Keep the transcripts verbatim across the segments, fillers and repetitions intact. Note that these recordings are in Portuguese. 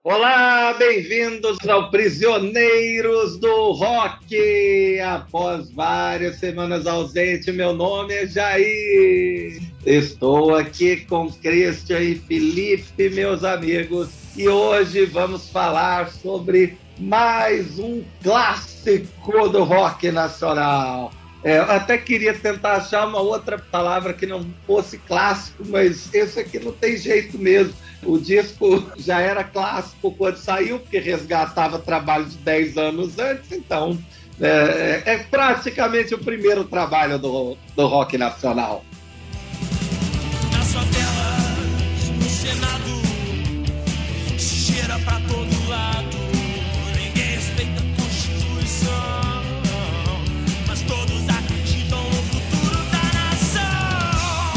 Olá, bem-vindos ao Prisioneiros do Rock. Após várias semanas ausente, meu nome é Jair. Estou aqui com Christian e Felipe, meus amigos, e hoje vamos falar sobre mais um clássico do rock nacional. É, eu até queria tentar achar uma outra palavra que não fosse clássico, mas esse aqui não tem jeito mesmo. O disco já era clássico quando saiu, porque resgatava trabalho de dez anos antes, então é, é praticamente o primeiro trabalho do, do rock nacional. Nas favelas, no Senado, cheira pra todo lado, ninguém respeita a Constituição, mas todos acreditam no futuro da nação.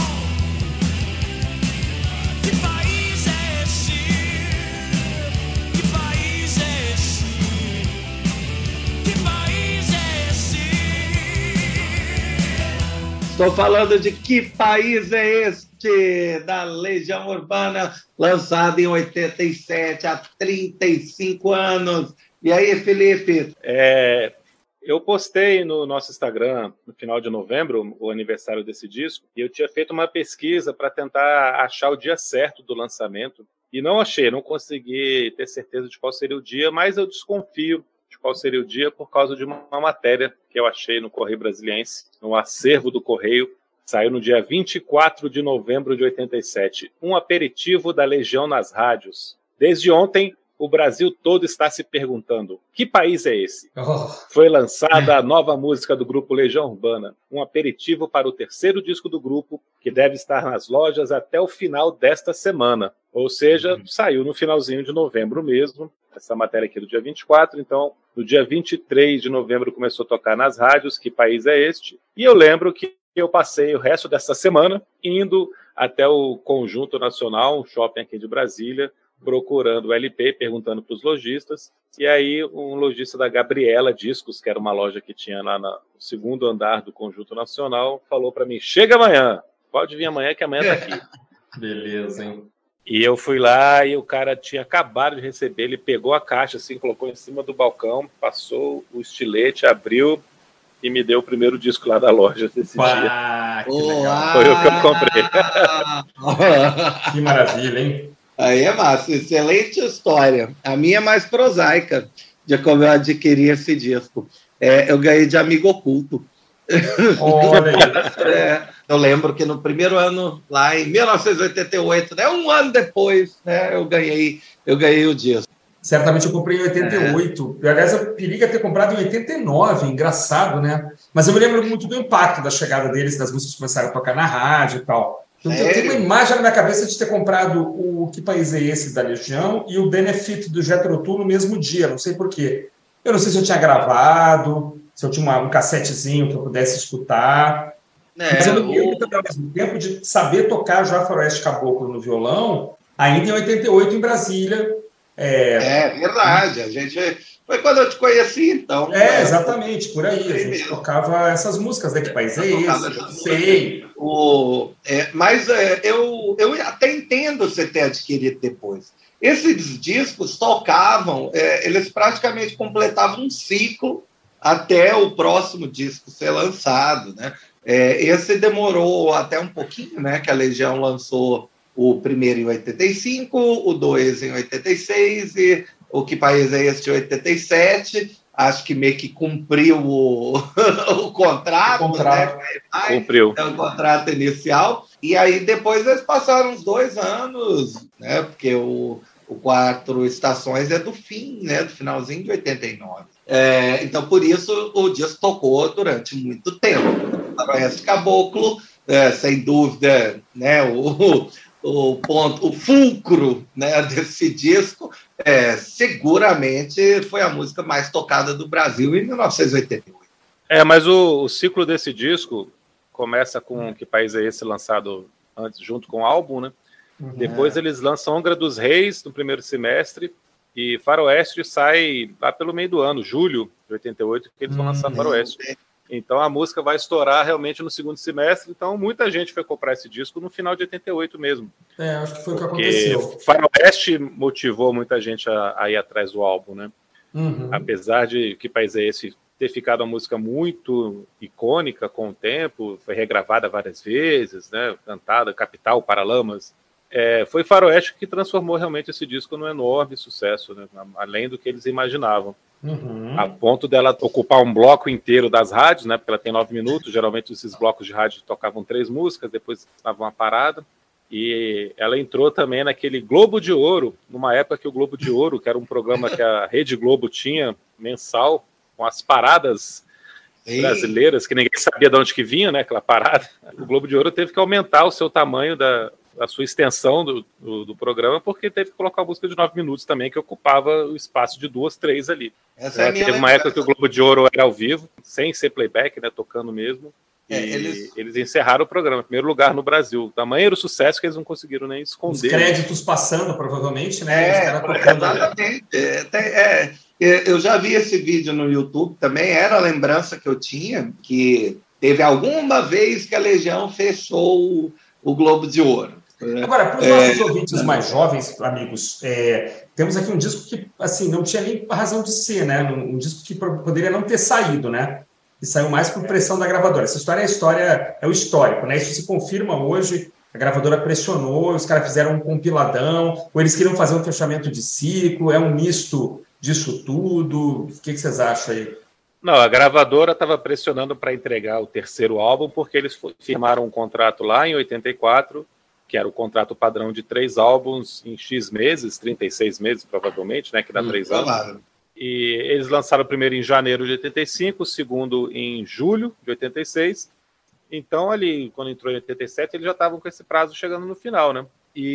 Que país é esse? Que país é esse? Que país é esse? Estou falando de Que País é Este? Da Legião Urbana, lançado em oitenta e sete, há trinta e cinco anos. E aí, Felipe? É, eu postei no nosso Instagram, no final de novembro, o aniversário desse disco, e eu tinha feito uma pesquisa para tentar achar o dia certo do lançamento, e não achei, não consegui ter certeza de qual seria o dia, mas eu desconfio de qual seria o dia por causa de uma, uma matéria que eu achei no Correio Brasiliense, no acervo do Correio. Saiu no dia vinte e quatro de novembro de oitenta e sete. Um aperitivo da Legião nas rádios. Desde ontem, o Brasil todo está se perguntando: que país é esse? Oh. Foi lançada a nova música do grupo Legião Urbana, um aperitivo para o terceiro disco do grupo, que deve estar nas lojas até o final desta semana. Ou seja, uhum. Saiu no finalzinho de novembro mesmo. Essa matéria aqui é do dia vinte e quatro, então no dia vinte e três de novembro começou a tocar nas rádios Que País é Este? E eu lembro que eu passei o resto dessa semana indo até o Conjunto Nacional, um shopping aqui de Brasília, procurando o L P, perguntando para os lojistas, e aí um lojista da Gabriela Discos, que era uma loja que tinha lá no segundo andar do Conjunto Nacional, falou para mim: chega amanhã, pode vir amanhã que amanhã tá aqui. Beleza, hein? E eu fui lá e o cara tinha acabado de receber, ele pegou a caixa assim, colocou em cima do balcão, passou o estilete, abriu e me deu o primeiro disco lá da loja desse Uá, dia. Que legal. Foi o que eu comprei. Que maravilha, hein? Aí é massa, excelente história. A minha é mais prosaica de como eu adquiri esse disco. É, eu ganhei de amigo oculto. Olha aí. É, eu lembro que no primeiro ano, lá em mil novecentos e oitenta e oito, né, um ano depois, né, eu, ganhei, eu ganhei o disco. Certamente eu comprei em oitenta e oito. É. Aliás, eu periga ter comprado em oitenta e nove, engraçado, né? Mas eu me lembro muito do impacto da chegada deles, das músicas que começaram a tocar na rádio e tal. Então, eu tenho uma imagem na minha cabeça de ter comprado o Que País é Esse? Da Legião e o Benefit do Jethro Tull no mesmo dia, não sei porquê. Eu não sei se eu tinha gravado, se eu tinha uma, um cassetezinho que eu pudesse escutar. É, Mas eu me lembro também, ao mesmo tempo, de saber tocar Já Faroeste Caboclo no violão, ainda em oitenta e oito, em Brasília. É, é verdade, a gente foi quando eu te conheci, então. É, né? Exatamente, por aí, a gente mesmo tocava essas músicas, né? Que país é esse? Sei. O, é, mas é, eu, eu até entendo você ter adquirido depois. Esses discos tocavam, é, eles praticamente completavam um ciclo até o próximo disco ser lançado, né? É, esse demorou até um pouquinho, né? Que a Legião lançou o primeiro em oitenta e cinco, o dois em oitenta e seis e o Que País é Este em oitenta e sete. Acho que meio que cumpriu o, o contrato, o contrato. Né? Cumpriu. O contrato inicial. E aí depois eles passaram uns dois anos, né? Porque o, o Quatro Estações é do fim, né? Do finalzinho de oitenta e nove. É, então, por isso, o disco tocou durante muito tempo. Faroeste Caboclo, é, sem dúvida, né? O, o ponto, o fulcro, né, desse disco, é, seguramente foi a música mais tocada do Brasil em mil novecentos e oitenta e oito. É, mas o, o ciclo desse disco começa com Que País é Esse? Lançado antes, junto com o álbum, né? Uhum. Depois eles lançam Angra dos Reis no primeiro semestre e Faroeste sai lá pelo meio do ano, julho de oitenta e oito, que eles vão lançar Faroeste. Então a música vai estourar realmente no segundo semestre. Então muita gente foi comprar esse disco no final de oitenta e oito mesmo. É, acho que foi o que Porque aconteceu. Faroeste motivou muita gente a, a ir atrás do álbum, né? Uhum. Apesar de Que País é Esse ter ficado uma música muito icônica com o tempo, foi regravada várias vezes, né? Cantada, Capital, Paralamas. É, foi Faroeste que transformou realmente esse disco num enorme sucesso, né? Além do que eles imaginavam. Uhum. A ponto dela ocupar um bloco inteiro das rádios, né? Porque ela tem nove minutos, geralmente esses blocos de rádio tocavam três músicas, depois estava uma parada. E ela entrou também naquele Globo de Ouro, numa época que o Globo de Ouro, que era um programa que a Rede Globo tinha, mensal, com as paradas Sim. brasileiras, que ninguém sabia de onde que vinha, né? Aquela parada. O Globo de Ouro teve que aumentar o seu tamanho da... a sua extensão do, do, do programa, porque teve que colocar a música de nove minutos também, que ocupava o espaço de duas, três ali. Essa é, é teve uma época que o Globo de Ouro era ao vivo, sem ser playback, né, tocando mesmo, e é, eles... eles encerraram o programa, em primeiro lugar no Brasil. O tamanho era o sucesso que eles não conseguiram nem esconder. Os créditos passando, provavelmente, né? É, exatamente. É, é, é, eu já vi esse vídeo no YouTube também, era a lembrança que eu tinha, que teve alguma vez que a Legião fechou o, o Globo de Ouro. Agora, para os nossos é... ouvintes mais jovens, amigos, é, temos aqui um disco que, assim, não tinha nem razão de ser, né? Um, um disco que poderia não ter saído, né? E saiu mais por pressão da gravadora. Essa história é a história, é o histórico, né? Isso se confirma hoje. A gravadora pressionou, os caras fizeram um compiladão, ou eles queriam fazer um fechamento de ciclo, é um misto disso tudo. O que, que vocês acham aí? Não, a gravadora estava pressionando para entregar o terceiro álbum, porque eles firmaram um contrato lá em oitenta e quatro, que era o contrato padrão de três álbuns em X meses, trinta e seis meses provavelmente, né, que dá hum, três anos. Claro. E eles lançaram o primeiro em janeiro de oitenta e cinco, o segundo em julho de oitenta e seis. Então, ali, quando entrou em oitenta e sete, eles já estavam com esse prazo chegando no final, né?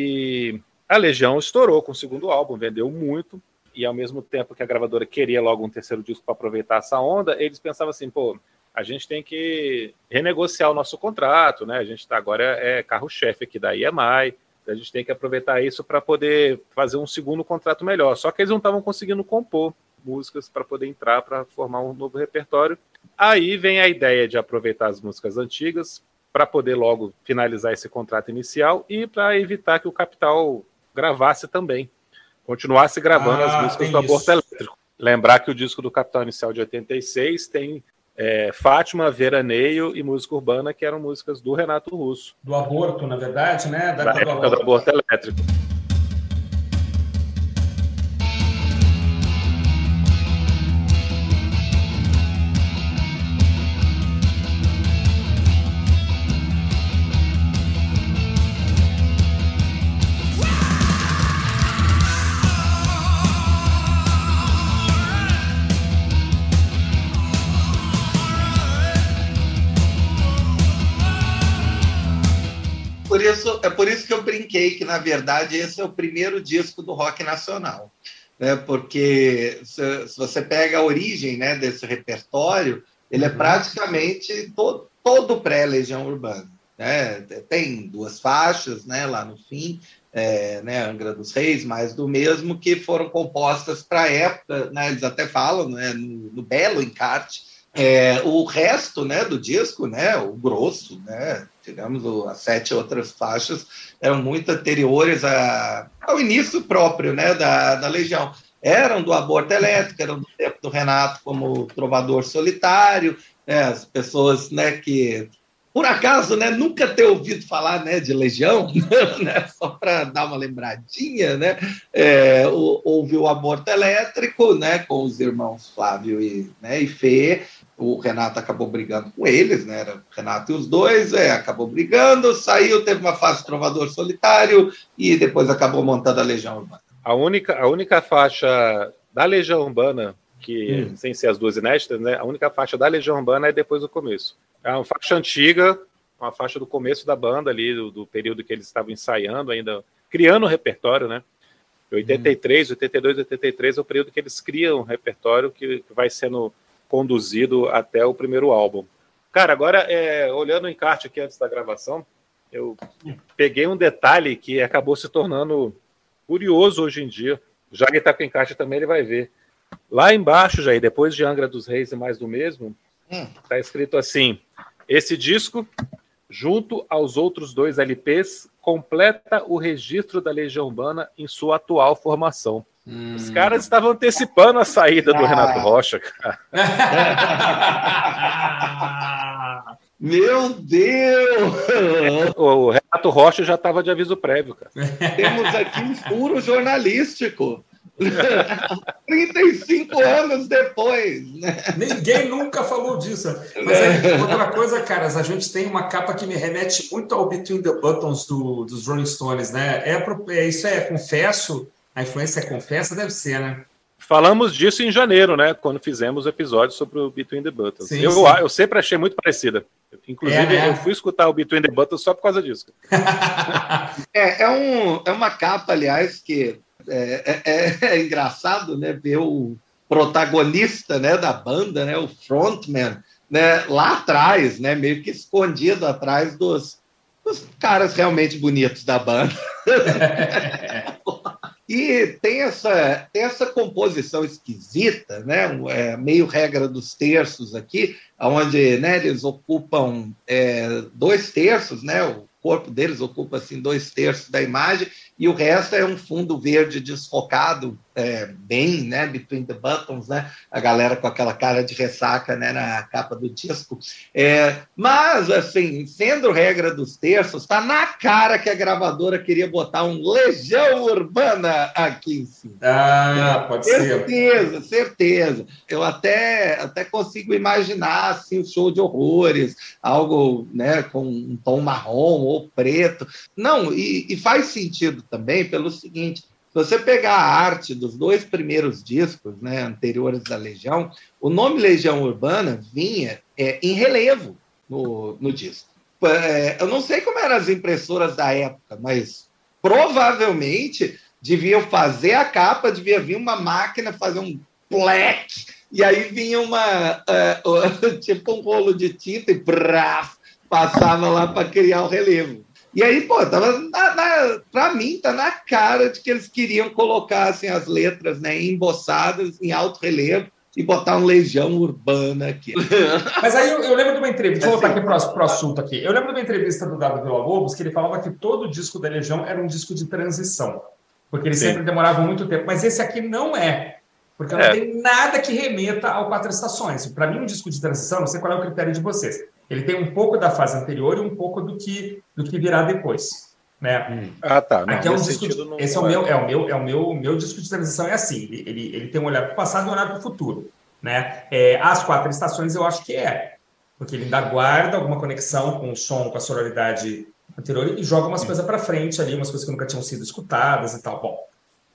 E a Legião estourou com o segundo álbum, vendeu muito, e ao mesmo tempo que a gravadora queria logo um terceiro disco para aproveitar essa onda, eles pensavam assim, pô, a gente tem que renegociar o nosso contrato, né? A gente tá, agora é carro-chefe aqui da I M I, a gente tem que aproveitar isso para poder fazer um segundo contrato melhor. Só que eles não estavam conseguindo compor músicas para poder entrar para formar um novo repertório. Aí vem a ideia de aproveitar as músicas antigas para poder logo finalizar esse contrato inicial e para evitar que o Capital gravasse também, continuasse gravando ah, as músicas do Aborto Elétrico. Lembrar que o disco do Capital inicial de oitenta e seis tem é, Fátima, Veraneio e Música Urbana, que eram músicas do Renato Russo. Do aborto, na verdade, né? Da, da época do, do Aborto Elétrico. Por isso, é por isso que eu brinquei que, na verdade, esse é o primeiro disco do rock nacional. Né? Porque se, se você pega a origem, né, desse repertório, ele uhum. é praticamente todo, todo pré-Legião Urbana. Né? Tem duas faixas, né, lá no fim, é, né, Angra dos Reis, mais do mesmo, que foram compostas para a época, né, eles até falam, né, no, no belo encarte. É, o resto, né, do disco, né, o grosso, né, digamos, as sete outras faixas eram muito anteriores a, ao início próprio, né, da, da Legião. Eram do Aborto Elétrico, eram do tempo do Renato como trovador solitário, né, as pessoas, né, que, por acaso, né, nunca ter ouvido falar, né, de Legião, né, só para dar uma lembradinha, né, é, houve o Aborto Elétrico, né, com os irmãos Flávio e, né, e Fê. O Renato acabou brigando com eles, né? Era o Renato e os dois, é, acabou brigando, saiu, teve uma fase de trovador solitário e depois acabou montando a Legião Urbana. A única, a única faixa da Legião Urbana, que hum. sem ser as duas inéditas, né? A única faixa da Legião Urbana é depois do começo. É uma faixa antiga, uma faixa do começo da banda ali, do, do período que eles estavam ensaiando ainda, criando o repertório, né? oitenta e três, hum. oitenta e dois, oitenta e três é o período que eles criam um repertório que, que vai sendo conduzido até o primeiro álbum. Cara, agora, é, olhando o encarte aqui antes da gravação, eu peguei um detalhe que acabou se tornando curioso hoje em dia. Já que está com o encarte também, ele vai ver. Lá embaixo, já, depois de Angra dos Reis e mais do mesmo, Hum. Tá escrito assim: esse disco, junto aos outros dois L Ps, completa o registro da Legião Urbana em sua atual formação. Hum. Os caras estavam antecipando a saída ah. do Renato Rocha, cara. Meu Deus! O Renato Rocha já estava de aviso prévio, cara. Temos aqui um furo jornalístico. trinta e cinco anos depois, né? Ninguém nunca falou disso. Mas aí, outra coisa, caras, a gente tem uma capa que me remete muito ao Between the Buttons do, dos Rolling Stones, né? É, é, isso é confesso? A influência é confessa? Deve ser, né? Falamos disso em janeiro, né? Quando fizemos o episódio sobre o Between the Buttons. Sim, eu, sim. eu sempre achei muito parecida. Inclusive, é, né? eu fui escutar o Between the Buttons só por causa disso. é, é, um, é uma capa, aliás, que é, é, é engraçado, né? Ver o protagonista, né, da banda, né, o frontman, né, lá atrás, né, meio que escondido atrás dos, dos caras realmente bonitos da banda. E tem essa, tem essa composição esquisita, né? É, meio regra dos terços aqui, onde, né, eles ocupam é, dois terços, né? O corpo deles ocupa assim, dois terços da imagem, e o resto é um fundo verde desfocado, é, bem, né? Between the Buttons, né? A galera com aquela cara de ressaca, né, na capa do disco. É, mas, assim, sendo regra dos terços, está na cara que a gravadora queria botar um Legião Urbana aqui em cima. Ah, pode ser. Certeza, certeza. Eu até, até consigo imaginar assim, um show de horrores, algo, né, com um tom marrom ou preto. Não, e, e faz sentido também pelo seguinte: se você pegar a arte dos dois primeiros discos, né, anteriores da Legião, o nome Legião Urbana vinha é, em relevo no, no disco. É, eu não sei como eram as impressoras da época, mas provavelmente deviam fazer a capa, devia vir uma máquina fazer um plec, e aí vinha uma uh, tipo um rolo de tinta e braf, passava lá para criar o relevo. E aí, pô, tava na, na, pra mim, tá na cara de que eles queriam colocar assim, as letras, né, emboçadas em alto relevo e botar um Legião Urbana aqui. Mas aí eu, eu lembro de uma entrevista, vou voltar aqui pro, pro assunto aqui. Eu lembro de uma entrevista do Dado Villa-Lobos que ele falava que todo disco da Legião era um disco de transição, porque eles Sim. sempre demoravam muito tempo. Mas esse aqui não é, porque não é. tem nada que remeta ao Quatro Estações. Para mim, um disco de transição, não sei qual é o critério de vocês. Ele tem um pouco da fase anterior e um pouco do que, do que virá depois, né? Hum. Ah, tá. Não, Aqui é um disco de, não esse é o meu, é o meu, é o meu, meu disco de transição é assim. Ele, ele, ele tem um olhar para o passado e um olhar para o futuro, né? É, as Quatro Estações eu acho que é, porque ele ainda guarda alguma conexão com o som, com a sonoridade anterior e joga umas hum. coisas para frente ali, umas coisas que nunca tinham sido escutadas e tal. Bom,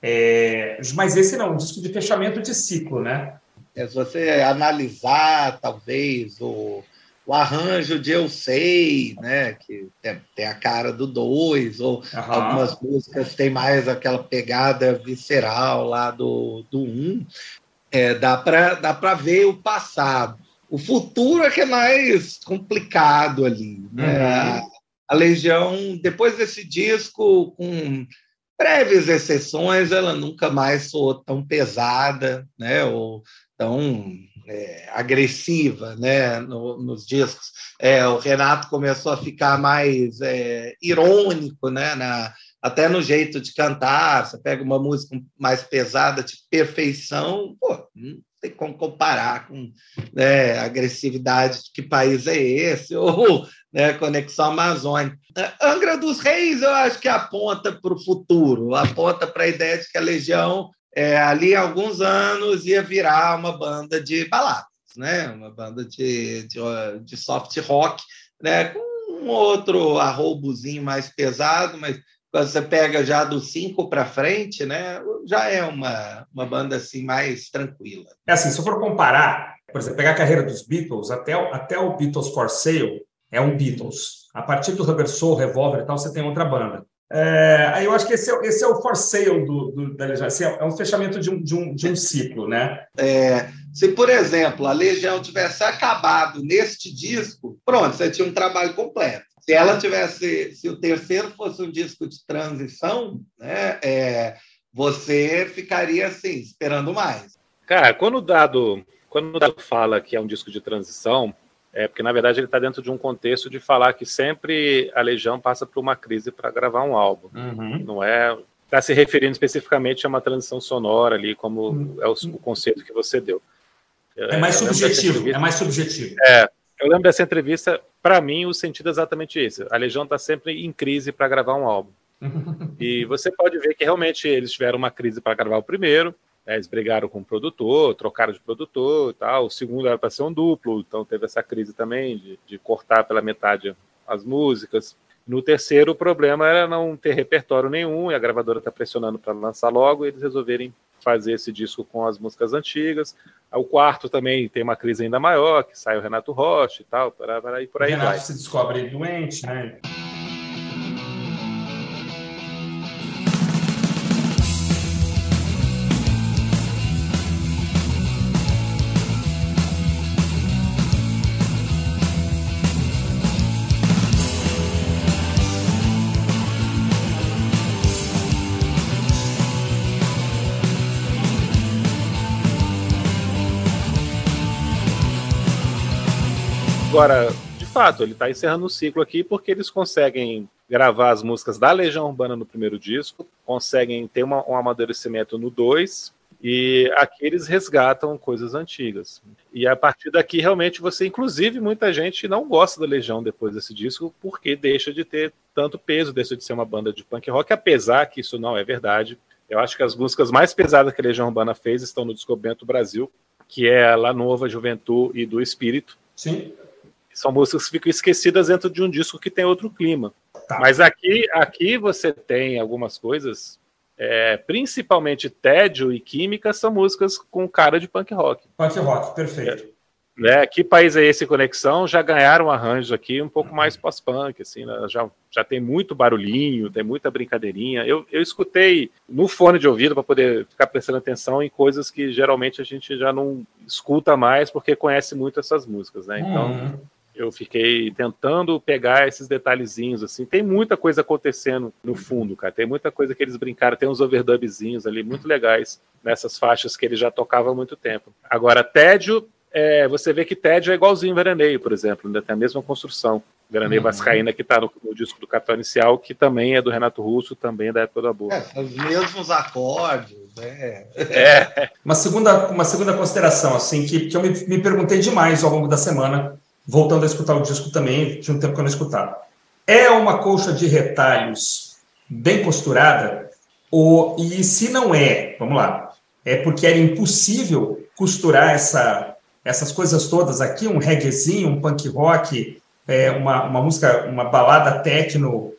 é, mas esse não, um disco de fechamento de ciclo, né? É, se você analisar, talvez, o o arranjo de Eu Sei, né, que tem a cara do dois, ou uhum. algumas músicas têm mais aquela pegada visceral lá do, do um, é, dá para dá para ver o passado. O futuro é que é mais complicado ali, né? Uhum. A, a Legião, depois desse disco, com breves exceções, ela nunca mais soou tão pesada, né, ou tão... É, agressiva, né, no, nos discos. É, o Renato começou a ficar mais é, irônico, né, na, até no jeito de cantar. Você pega uma música mais pesada, tipo Perfeição, pô, não tem como comparar com, né, a agressividade de Que País é Esse? Ou, né, Conexão Amazônica. Angra dos Reis, eu acho que aponta para o futuro, aponta para a ideia de que a Legião É, ali há alguns anos ia virar uma banda de baladas, né? Uma banda de, de, de soft rock, né? Com um outro arrobozinho mais pesado, mas quando você pega já do cinco para frente, né? Já é uma, uma banda assim, mais tranquila. É assim, se eu for comparar, por exemplo, pegar a carreira dos Beatles, até, até o Beatles for Sale é um Beatles. A partir do Rubber Soul, Revolver e tal, você tem outra banda. É, aí eu acho que esse é, esse é o for sale do, do, da Legião, assim, é um fechamento de um, de um, de um ciclo, né? É, se, por exemplo, a Legião tivesse acabado neste disco, pronto, você tinha um trabalho completo. Se ela tivesse, se o terceiro fosse um disco de transição, né, é, você ficaria assim, esperando mais. Cara, quando o Dado quando o Dado fala que é um disco de transição, é porque, na verdade, ele está dentro de um contexto de falar que sempre a Legião passa por uma crise para gravar um álbum. Uhum. Não é... Está se referindo especificamente a uma transição sonora ali, como uhum. é o, o conceito que você deu. É mais subjetivo, é mais subjetivo. É, eu lembro dessa entrevista, para mim, o sentido é exatamente esse. A Legião está sempre em crise para gravar um álbum. E você pode ver que realmente eles tiveram uma crise para gravar o primeiro, né, eles brigaram com o produtor, trocaram de produtor e tal. O segundo era para ser um duplo, então teve essa crise também de, de cortar pela metade as músicas. No terceiro, o problema era não ter repertório nenhum, e a gravadora está pressionando para lançar logo, e eles resolverem fazer esse disco com as músicas antigas. O quarto também tem uma crise ainda maior, que sai o Renato Rocha e tal, para, para, e por aí o Renato vai. se descobre doente, né? Agora, de fato, ele está encerrando o ciclo aqui porque eles conseguem gravar as músicas da Legião Urbana no primeiro disco, conseguem ter uma, um amadurecimento no dois, e aqui eles resgatam coisas antigas. E a partir daqui, realmente, você, inclusive, muita gente não gosta da Legião depois desse disco, porque deixa de ter tanto peso, deixa de ser uma banda de punk rock, apesar que isso não é verdade. Eu acho que as músicas mais pesadas que a Legião Urbana fez estão no disco Bento Brasil, que é La Nova Juventude e Do Espírito. Sim. São músicas que ficam esquecidas dentro de um disco que tem outro clima. Tá. Mas aqui, aqui você tem algumas coisas, é, principalmente Tédio e Química, são músicas com cara de punk rock. Punk rock, perfeito. É, né? Que País é Esse Conexão já ganharam um arranjo aqui um pouco mais pós-punk, assim, né? já, já tem muito barulhinho, tem muita brincadeirinha. Eu, eu escutei no fone de ouvido para poder ficar prestando atenção em coisas que geralmente a gente já não escuta mais porque conhece muito essas músicas, né? Então... Uhum. Eu fiquei tentando pegar esses detalhezinhos, assim. Tem muita coisa acontecendo no fundo, cara. Tem muita coisa que eles brincaram. Tem uns overdubzinhos ali muito legais nessas faixas que ele já tocava há muito tempo. Agora, Tédio, é, você vê que Tédio é igualzinho Veraneio, por exemplo. Ainda tem a mesma construção. Veraneio uhum. Vascaína, que está no, no disco do Capital Inicial, que também é do Renato Russo, também é da época da Boa. É, os mesmos acordes, né? É. Uma segunda, uma segunda consideração, assim, que, que eu me, me perguntei demais ao longo da semana, voltando a escutar o disco também, tinha um tempo que eu não escutava. É uma colcha de retalhos bem costurada? Ou, e se não é, vamos lá, é porque era impossível costurar essa, essas coisas todas aqui, um reggaezinho, um punk rock, é, uma, uma música, uma balada techno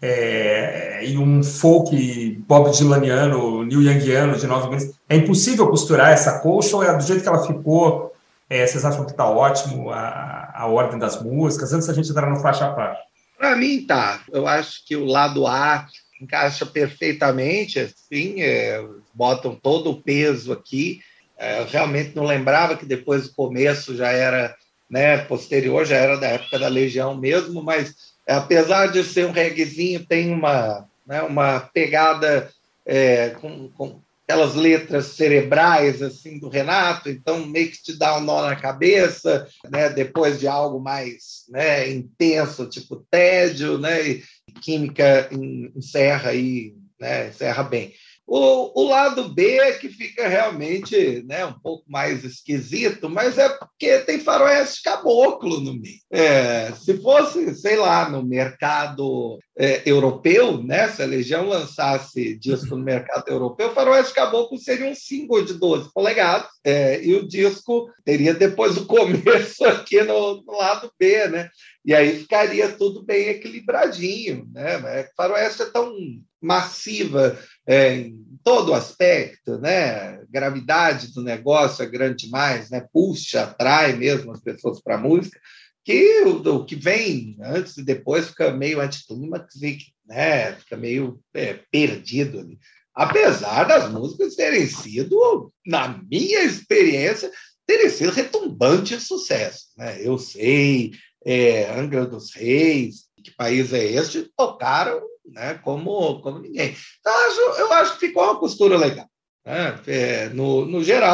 é, e um folk Bob Dylaniano, Neil Youngiano de nove meses. É impossível costurar essa colcha ou é do jeito que ela ficou? É, vocês acham que está ótimo a, a ordem das músicas? Antes da gente entrar no faixa a faixa. Para mim, tá. Eu acho que o lado A encaixa perfeitamente, assim, é, botam todo o peso aqui. É, eu realmente não lembrava que depois do começo já era, né, posterior, já era da época da Legião mesmo, mas é, apesar de ser um reggaezinho, tem uma, né, uma pegada é, com... com aquelas letras cerebrais assim do Renato, então meio que te dá um nó na cabeça, né? Depois de algo mais, né, intenso, tipo Tédio, né? E Química encerra aí, né? Encerra bem. O, o lado B é que fica realmente, né, um pouco mais esquisito, mas é porque tem faroeste caboclo no meio. É, se fosse, sei lá, no mercado é, europeu, né, se a Legião lançasse disco no mercado europeu, faroeste caboclo seria um single de doze polegadas, é, e o disco teria depois o começo aqui no, no lado B, né? E aí ficaria tudo bem equilibradinho, né? Mas faroeste é tão massiva é, em todo aspecto, né? Gravidade do negócio é grande demais, né? Puxa, atrai mesmo as pessoas para a música, que o, o que vem antes e depois fica meio anticlímax, né? Fica meio é, perdido ali. Apesar das músicas terem sido, na minha experiência, terem sido retumbante de sucesso, né? Eu sei, é, Angra dos Reis, Que País é Este, tocaram, né, como, como ninguém. Então, eu acho, eu acho que ficou uma costura legal, né? É, no, no geral,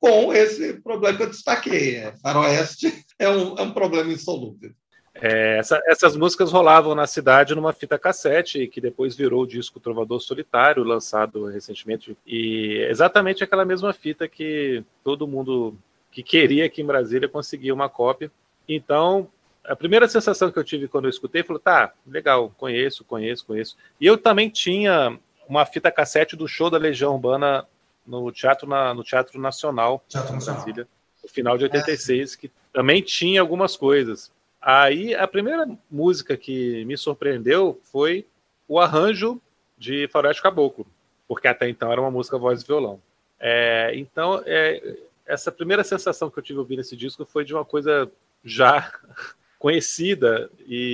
com esse problema que eu destaquei. É, faroeste é um, é um problema insolúvel. É, essa, essas músicas rolavam na cidade numa fita cassete, que depois virou o disco Trovador Solitário, lançado recentemente. E exatamente aquela mesma fita que todo mundo que queria aqui em Brasília conseguia uma cópia. Então, a primeira sensação que eu tive quando eu escutei, falei, tá, legal, conheço, conheço, conheço. E eu também tinha uma fita cassete do show da Legião Urbana no Teatro, na, no Teatro Nacional, Teatro em Nacional. Brasília, no final de oitenta e seis, que também tinha algumas coisas. Aí, a primeira música que me surpreendeu foi o arranjo de Faroeste Caboclo, porque até então era uma música voz e violão. É, então, é, essa primeira sensação que eu tive ouvindo esse disco foi de uma coisa já conhecida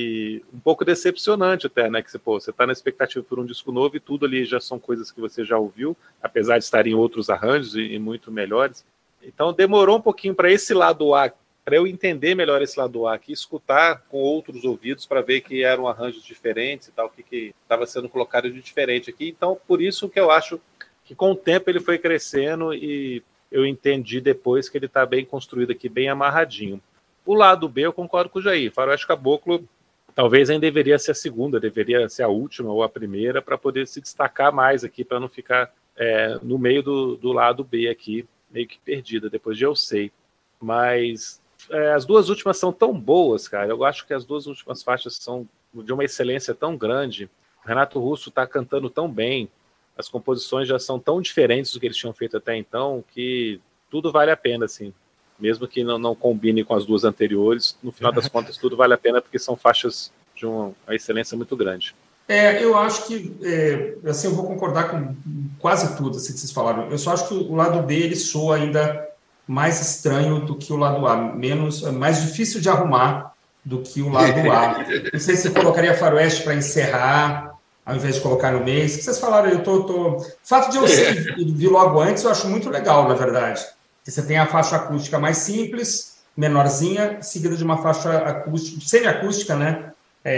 e um pouco decepcionante até, né? Que você, pô, você tá na expectativa por um disco novo e tudo ali já são coisas que você já ouviu, apesar de estarem em outros arranjos e, e muito melhores. Então, demorou um pouquinho para esse lado A, para eu entender melhor esse lado A aqui, escutar com outros ouvidos para ver que eram arranjos diferentes e tal, o que estava sendo colocado de diferente aqui. Então, por isso que eu acho que com o tempo ele foi crescendo e eu entendi depois que ele está bem construído aqui, bem amarradinho. O lado B, eu concordo com o Jair. Faroeste Caboclo talvez ainda deveria ser a segunda, deveria ser a última ou a primeira, para poder se destacar mais aqui, para não ficar é, no meio do, do lado B aqui, meio que perdida, depois de Eu Sei. Mas é, as duas últimas são tão boas, cara. Eu acho que as duas últimas faixas são de uma excelência tão grande. O Renato Russo está cantando tão bem, as composições já são tão diferentes do que eles tinham feito até então, que tudo vale a pena, assim. Mesmo que não, não combine com as duas anteriores, no final das contas tudo vale a pena, porque são faixas de uma, uma excelência muito grande. É, eu acho que, é, assim, eu vou concordar com quase tudo assim, que vocês falaram. Eu só acho que o lado B, ele soa ainda mais estranho do que o lado A, menos, mais difícil de arrumar do que o lado A. Não sei se você colocaria Faroeste para encerrar, ao invés de colocar no meio. O que vocês falaram, eu tô, tô... O fato de eu ser vi logo antes, eu acho muito legal, na verdade. Você tem a faixa acústica mais simples, menorzinha, seguida de uma faixa acústica, semiacústica, né?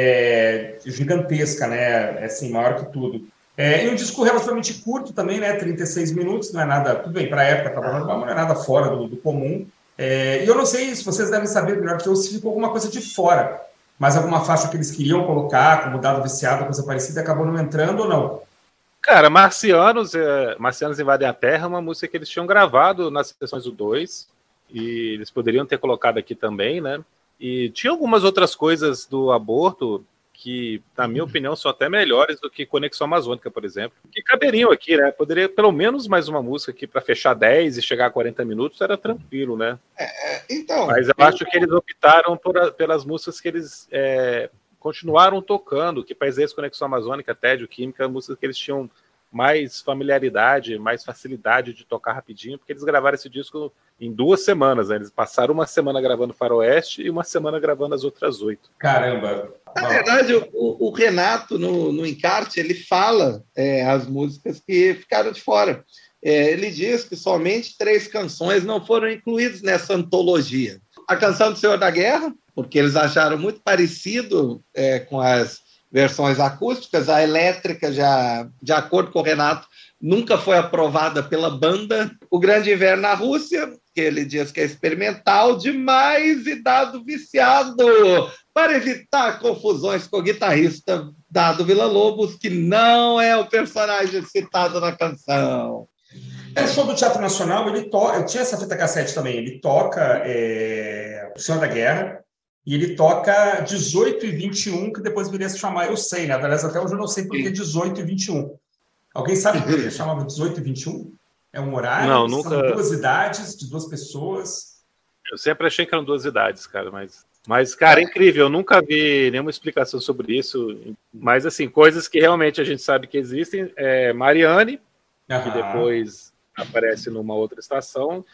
É, gigantesca, né? Assim, maior que tudo. É, e um disco relativamente curto também, né? trinta e seis minutos, não é nada... Tudo bem, para a época estava normal, mas não é nada fora do, do comum. É, e eu não sei se vocês devem saber melhor que eu, se ficou alguma coisa de fora. Mas alguma faixa que eles queriam colocar, como Dado Viciado, coisa parecida, acabou não entrando ou não? Cara, Marcianos, é, Marcianos Invadem a Terra é uma música que eles tinham gravado nas sessões do dois, e eles poderiam ter colocado aqui também, né? E tinha algumas outras coisas do aborto que, na minha opinião, são até melhores do que Conexão Amazônica, por exemplo, que caberiam aqui, né? Poderia pelo menos mais uma música aqui para fechar dez e chegar a quarenta minutos, era tranquilo, né? É, então, Mas eu, eu acho que eles optaram por a, pelas músicas que eles... É, continuaram tocando, que Paiseiros, Conexão Amazônica, Tédio, Química, músicas que eles tinham mais familiaridade, mais facilidade de tocar rapidinho, porque eles gravaram esse disco em duas semanas, né? Eles passaram uma semana gravando Faroeste e uma semana gravando as outras oito. Caramba! Na verdade, o, o Renato, no, no encarte, ele fala é, as músicas que ficaram de fora. É, ele diz que somente três canções não foram incluídas nessa antologia. A canção do Senhor da Guerra, porque eles acharam muito parecido é, com as versões acústicas. A elétrica, já, de acordo com o Renato, nunca foi aprovada pela banda. O Grande Inverno na Rússia, que ele diz que é experimental demais e Dado Viciado, para evitar confusões com o guitarrista Dado Villa-Lobos, que não é o personagem citado na canção. É, o show do Teatro Nacional, ele to... eu tinha essa fita cassete também, ele toca é... O Senhor da Guerra, e ele toca dezoito e vinte e um, que depois viria a se chamar Eu Sei, né? Aliás, até hoje eu não sei por que dezoito e vinte e um. Alguém sabe por que chamava dezoito e vinte e um? É um horário? Não, nunca... São duas idades de duas pessoas? Eu sempre achei que eram duas idades, cara, mas... Mas, cara, é incrível, eu nunca vi nenhuma explicação sobre isso, mas, assim, coisas que realmente a gente sabe que existem, é Mariane, Aham. que depois aparece numa outra estação,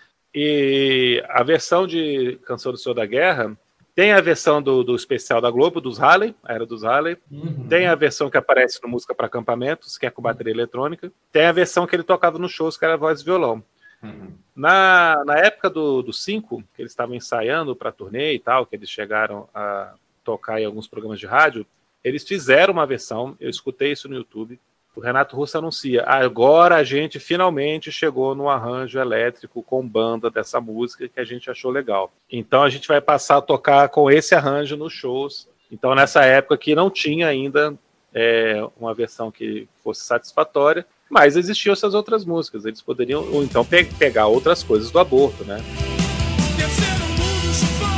e a versão de Canção do Senhor da Guerra tem a versão do, do especial da Globo, dos Halley, a Era dos Halley, Uhum. tem a versão que aparece no Música para Acampamentos, que é com bateria eletrônica, tem a versão que ele tocava nos shows, que era voz e violão. Uhum. Na, na época do, do cinco, que eles estavam ensaiando para turnê e tal, que eles chegaram a tocar em alguns programas de rádio, eles fizeram uma versão, eu escutei isso no YouTube, o Renato Russo anuncia, agora a gente finalmente chegou no arranjo elétrico com banda dessa música que a gente achou legal. Então a gente vai passar a tocar com esse arranjo nos shows. Então nessa época que não tinha ainda é, uma versão que fosse satisfatória, mas existiam essas outras músicas. Eles poderiam, ou então, pe- pegar outras coisas do Aborto, né? Terceiro mundo chupou,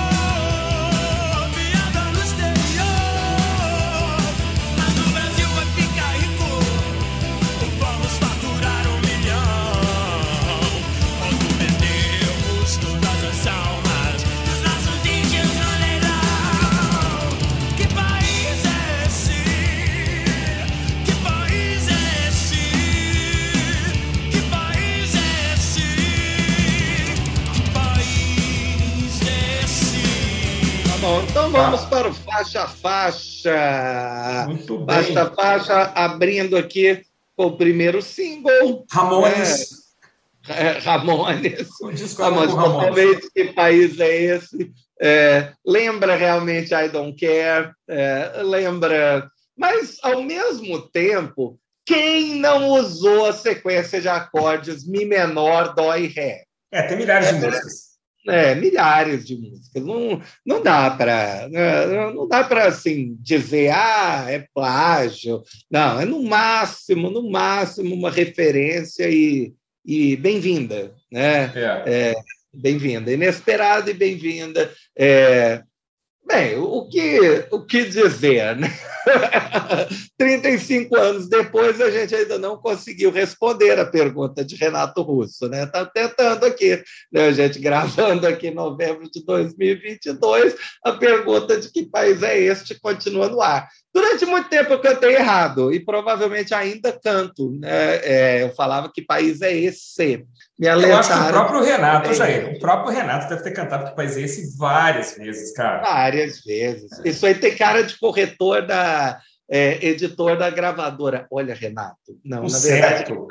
piada no exterior. Mas o Brasil vai ficar rico, vamos faturar um milhão. Quando vendemos todas as almas dos nossos índios no leilão. Que país é esse? Que país é esse? Que país é esse? Que país é esse? Tá bom, então vamos para o faixa a faixa. Muito bem. Faixa a faixa, abrindo aqui com o primeiro single. Ramones. É, Ramones. O disco Ramones, com Ramones. totalmente, que país é esse? É, lembra realmente I Don't Care, é, lembra... Mas, ao mesmo tempo, quem não usou a sequência de acordes Mi menor, Dó e Ré? É, tem milhares de músicas. É, milhares de músicas. Não, não dá para não dá para assim dizer ah, é plágio. Não, é no máximo, no máximo uma referência e, e bem-vinda, né? É. É, bem-vinda, inesperada e bem-vinda. É, bem, o que, o que dizer, né? trinta e cinco anos depois, a gente ainda não conseguiu responder a pergunta de Renato Russo, né? Está tentando aqui, né? A gente gravando aqui em novembro de dois mil e vinte e dois, a pergunta de que país é este continua no ar. Durante muito tempo eu cantei errado e provavelmente ainda canto, né? É, eu falava que país é esse. Me Eu acho que o alertaram próprio Renato, É. Jair, o próprio Renato deve ter cantado Que País é Esse várias vezes, cara. várias vezes. Isso aí tem cara de corretor da é, editor da gravadora. Olha, Renato, não, O na verdade. certo.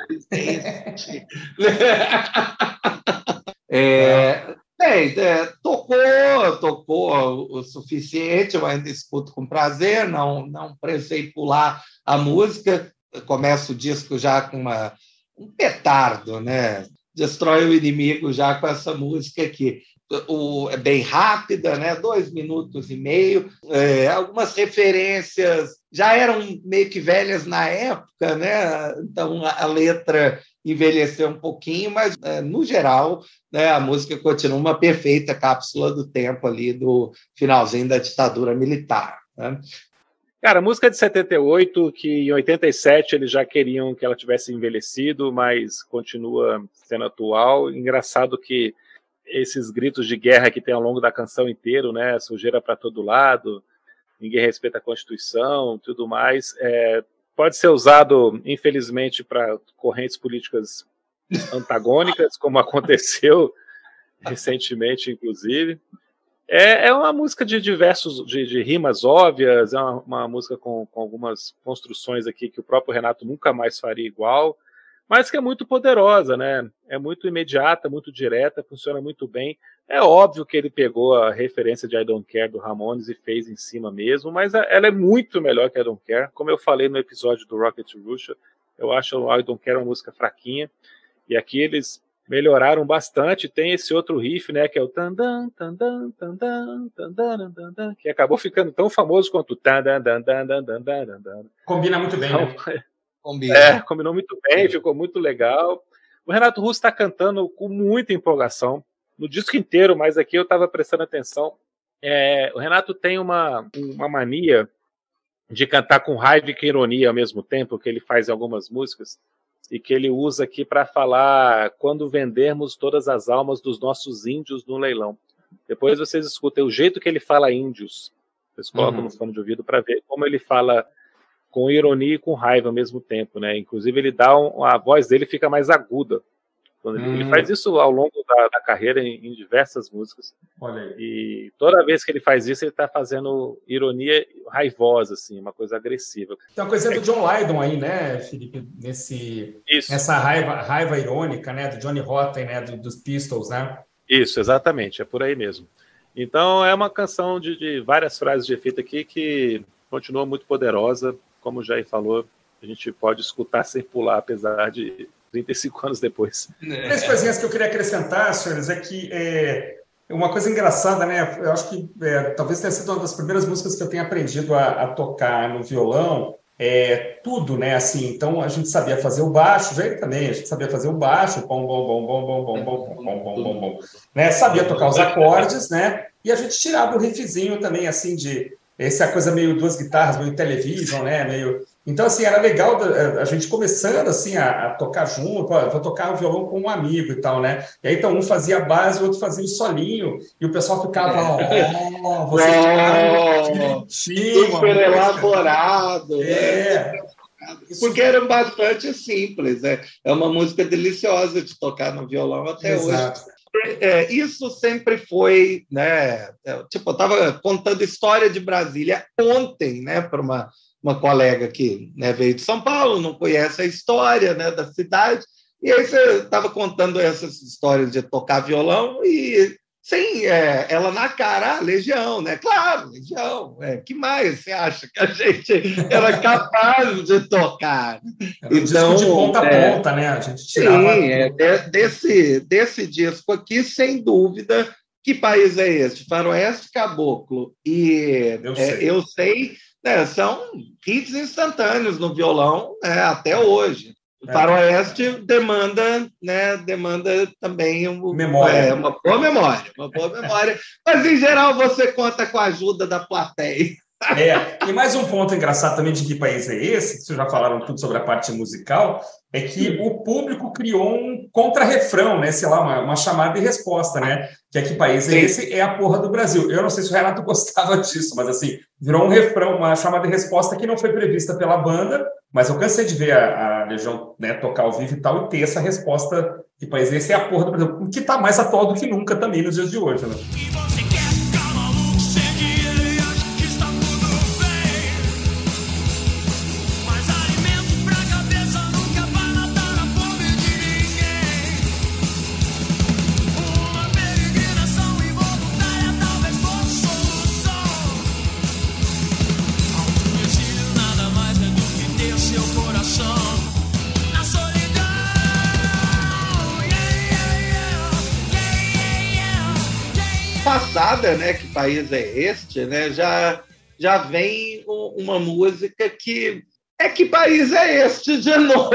É, bem, é, tocou, tocou o suficiente, eu ainda escuto com prazer, não, não precisei pular a música. Começa o disco já com uma, um petardo, né? Destrói o inimigo já com essa música aqui. O, é bem rápida, né? Dois minutos e meio. É, algumas referências já eram meio que velhas na época, né? Então a, a letra envelheceu um pouquinho, mas é, no geral, né, a música continua uma perfeita cápsula do tempo ali do finalzinho da ditadura militar, né? Cara, a música é de setenta e oito, que em oitenta e sete eles já queriam que ela tivesse envelhecido, mas continua sendo atual. Engraçado que esses gritos de guerra que tem ao longo da canção inteira, né, sujeira para todo lado, ninguém respeita a Constituição, tudo mais, é, pode ser usado, infelizmente, para correntes políticas antagônicas, como aconteceu recentemente, inclusive. É, é uma música de diversos, de, de rimas óbvias, é uma, uma música com, com algumas construções aqui que o próprio Renato nunca mais faria igual, mas que é muito poderosa, né? É muito imediata, muito direta, funciona muito bem. É óbvio que ele pegou a referência de I Don't Care do Ramones e fez em cima mesmo, mas ela é muito melhor que I Don't Care. Como eu falei no episódio do Rocket Russia, eu acho o I Don't Care uma música fraquinha, e aqui eles melhoraram bastante. Tem esse outro riff, né, que é o tandan, tandan, tandan, tandan, tandan, que acabou ficando tão famoso quanto o tandan, tandan, tandan, tandan. Combina muito bem, Então, né? Combina. é, combinou muito bem, ficou muito legal. O Renato Russo está cantando com muita empolgação no disco inteiro, mas aqui eu estava prestando atenção. É, o Renato tem uma, uma mania de cantar com raiva e com ironia ao mesmo tempo, que ele faz em algumas músicas, e que ele usa aqui para falar quando vendermos todas as almas dos nossos índios no leilão. Depois vocês escutem o jeito que ele fala índios. Vocês colocam Uhum. no fone de ouvido para ver como ele fala com ironia e com raiva ao mesmo tempo, né? Inclusive ele dá um, a voz dele fica mais aguda. Quando ele, Hum. ele faz isso ao longo da, da carreira em, em diversas músicas. Olha aí. E toda vez que ele faz isso, ele está fazendo ironia raivosa, assim, uma coisa agressiva. Tem uma coisa do John Lydon aí, né, Felipe? Nesse, Isso. nessa raiva, raiva irônica, né, do Johnny Rotten, né, do, dos Pistols, né? Isso, exatamente, é por aí mesmo. Então é uma canção de, de várias frases de efeito aqui que continua muito poderosa, como o Jair falou, a gente pode escutar sem pular, apesar de trinta e cinco anos depois. Três coisinhas que eu queria acrescentar, senhores, é que é uma coisa engraçada, né? Eu acho que é, talvez tenha sido uma das primeiras músicas que eu tenha aprendido a, a tocar no violão. É, tudo, né? Assim, então a gente sabia fazer o baixo, já ele também, a gente sabia fazer o baixo, bom, bom, bom, bom, bom, bom, bom, bom, bom, bom, bom, né? Sabia tocar os acordes, né? E a gente tirava o riffzinho também, assim, de essa coisa meio duas guitarras, meio television, né? Meio... Então, assim, era legal a gente começando, assim, a, a tocar junto, ó, vou tocar o violão com um amigo e tal, né? E aí, então, um fazia a base, o outro fazia o solinho, e o pessoal ficava, ó, oh, você oh, super elaborado. É. Né? Porque era bastante simples, né? É uma música deliciosa de tocar no violão até Exato. hoje. É, isso sempre foi, né? Tipo, eu estava contando história de Brasília ontem, né, para uma, uma colega que, né, veio de São Paulo, não conhece a história, né, da cidade, e aí você estava contando essas histórias de tocar violão e sem é, ela na cara, ah, Legião, né? Claro, Legião. É, que mais você acha que a gente era capaz de tocar? Era um então, disco de ponta a é, ponta, né? A gente tirava... Sim, é, desse, desse disco aqui, sem dúvida, que país é esse? Faroeste Caboclo e Eu é, sei, eu sei né, são hits instantâneos no violão, né, até hoje. O Faroeste demanda, né, demanda também um, memória. É, uma boa memória, uma boa memória. Mas, em geral, você conta com a ajuda da plateia. É, e mais um ponto engraçado também de Que País é Esse, que vocês já falaram tudo sobre a parte musical, é que o público criou um contra-refrão, né? Sei lá, uma, uma chamada e resposta, né? Que é Que País é Sim. Esse? É a porra do Brasil. Eu não sei se o Renato gostava disso, mas assim, virou um refrão, uma chamada e resposta que não foi prevista pela banda, mas eu cansei de ver a, a Legião, né, tocar ao vivo e tal, e ter essa resposta, Que País é Esse? É a porra do Brasil, que tá mais atual do que nunca também nos dias de hoje, né? Passada, né? Que país é este, né? Já, já vem uma música que é Que País é Este de novo,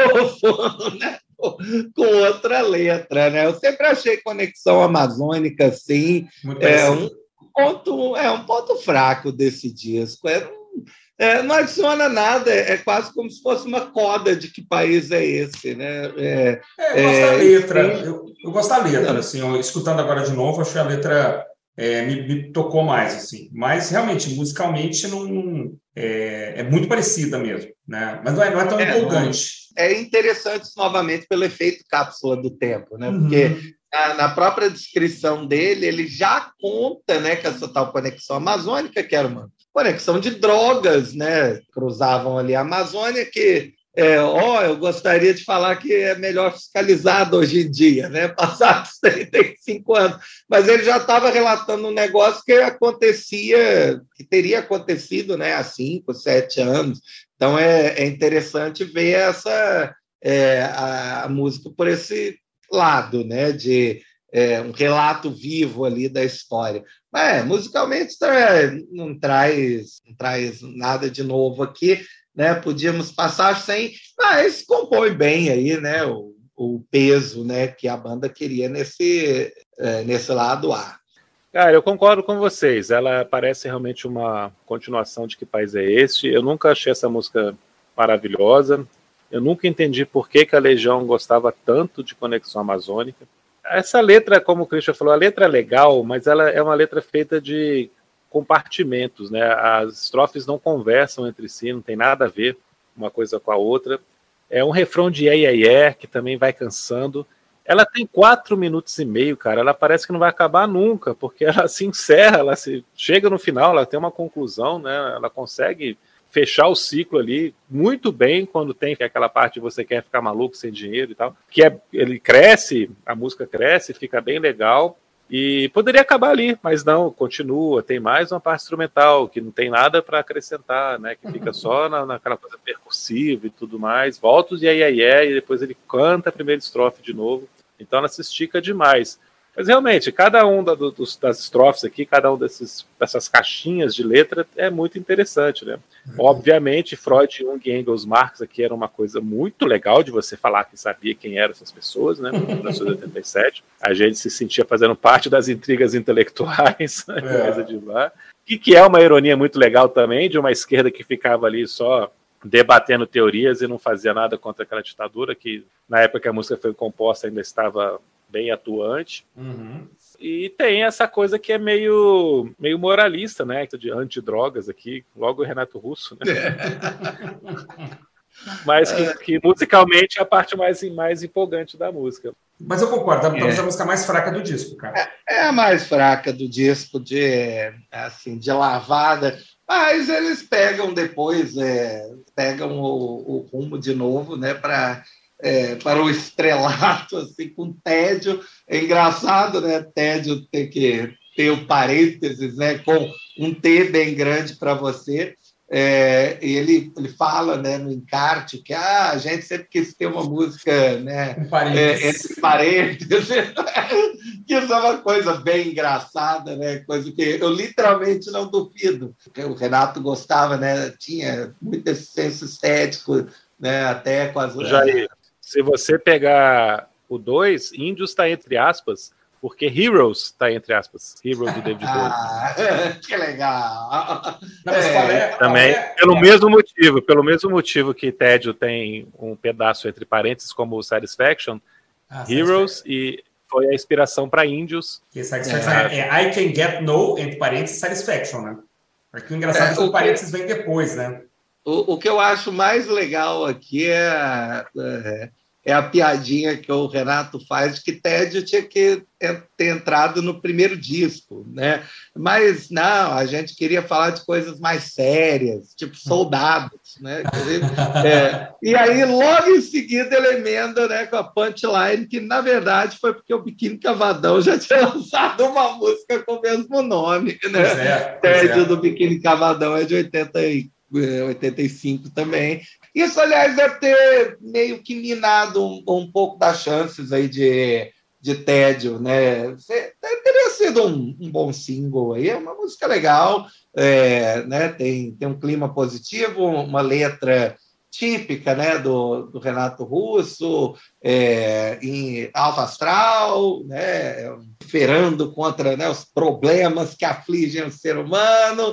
né? Com outra letra, né? Eu sempre achei Conexão Amazônica assim, é um ponto, é um ponto fraco desse disco. É, é, não adiciona nada, é quase como se fosse uma coda de Que País é Esse, né? É, é, eu gosto da letra, eu, eu gosto da letra, assim, eu, escutando agora de novo, achei a letra É, me, me tocou mais, assim. Mas, realmente, musicalmente, não, é, é muito parecida mesmo, né? Mas não é, não é tão é, empolgante. É interessante, novamente, pelo efeito cápsula do tempo, né? Uhum. Porque na, na própria descrição dele, ele já conta, né, que essa tal conexão amazônica, que era uma conexão de drogas, né? Cruzavam ali a Amazônia, que... É, ó, eu gostaria de falar que é melhor fiscalizado hoje em dia, né? Passados trinta e cinco anos. Mas ele já estava relatando um negócio que acontecia, que teria acontecido, né, há cinco, sete anos. Então é, é interessante ver essa é, a, a música por esse lado, né? De é, um relato vivo ali da história. Mas, musicalmente, não traz, não traz nada de novo aqui. Né, podíamos passar sem, mas compõe bem aí, né, o, o peso, né, que a banda queria nesse, é, nesse lado A. Cara, eu concordo com vocês. Ela parece realmente uma continuação de Que País é Este? Eu nunca achei essa música maravilhosa. Eu nunca entendi por que, que a Legião gostava tanto de Conexão Amazônica. Essa letra, como o Christian falou, a letra é legal, mas ela é uma letra feita de compartimentos, né? As estrofes não conversam entre si, não tem nada a ver uma coisa com a outra. É um refrão de é, é, é, que também vai cansando. Ela tem quatro minutos e meio, cara. Ela parece que não vai acabar nunca, porque ela se encerra, ela se chega no final, ela tem uma conclusão, né? Ela consegue fechar o ciclo ali muito bem quando tem aquela parte de você quer ficar maluco sem dinheiro e tal. Que é, ele cresce, a música cresce, fica bem legal. E poderia acabar ali, mas não, continua, tem mais uma parte instrumental, que não tem nada para acrescentar, né? Que fica só na, naquela coisa percussiva e tudo mais, volta os iê, iê, iê, e depois ele canta a primeira estrofe de novo, então ela se estica demais. Mas realmente, cada um da, dos, das estrofes aqui, cada um desses, dessas caixinhas de letra é muito interessante, né? Uhum. Obviamente, Freud, Jung, Engels, Marx aqui era uma coisa muito legal de você falar que sabia quem eram essas pessoas, né? Em mil novecentos e oitenta e sete, a gente se sentia fazendo parte das intrigas intelectuais, é. Coisa de lá. E que é uma ironia muito legal também, de uma esquerda que ficava ali só debatendo teorias e não fazia nada contra aquela ditadura, que na época que a música foi composta ainda estava bem atuante. Uhum. E tem essa coisa que é meio, meio moralista, né? De antidrogas aqui, logo o Renato Russo, né? Mas que, que musicalmente é a parte mais, mais empolgante da música. Mas eu concordo, talvez é. a música mais fraca do disco, cara. É, é a mais fraca do disco, de, assim, de lavada. Mas eles pegam depois, é, pegam o, o rumo de novo, né? Para... É, para o estrelato, assim, com tédio. É engraçado, né? Tédio ter que ter o parênteses, né? Com um T bem grande para você. É, e ele, ele fala, né, no encarte que ah, a gente sempre quis ter uma música, né, é, entre parênteses. Que isso é uma coisa bem engraçada, né? Coisa que eu literalmente não duvido. Porque o Renato gostava, né? Tinha muito esse senso estético, né? Até com as... Jair, se você pegar o dois, Índios está entre aspas, porque Heroes está entre aspas. Heroes do David Bowie. Ah, que legal! Não, mas qual é, Também, qual é? pelo mesmo motivo, pelo mesmo motivo que Tédio tem um pedaço entre parênteses, como o Satisfaction, ah, Heroes, Satisfaction. E foi a inspiração para Índios. Que Satisfaction é, é I Can Get No, entre parênteses, Satisfaction, né? Porque o engraçado é, é que o parênteses vem depois, né? O, o que eu acho mais legal aqui é, é, é a piadinha que o Renato faz de que Tédio tinha que ter entrado no primeiro disco, né? Mas não, a gente queria falar de coisas mais sérias, tipo Soldados, né? É, e aí, logo em seguida, ele emenda, né, com a punchline, que na verdade foi porque o Biquíni Cavadão já tinha lançado uma música com o mesmo nome, né? Pois é, pois Tédio é. do Biquíni Cavadão é de oitenta e cinco também. Isso, aliás, deve ter meio que minado um, um pouco das chances aí de, de Tédio, né? Teria sido um, um bom single aí, é uma música legal, é, né? tem, tem um clima positivo, uma letra típica, né, do, do Renato Russo, é, em alto astral, né, ferando contra, né, os problemas que afligem o ser humano,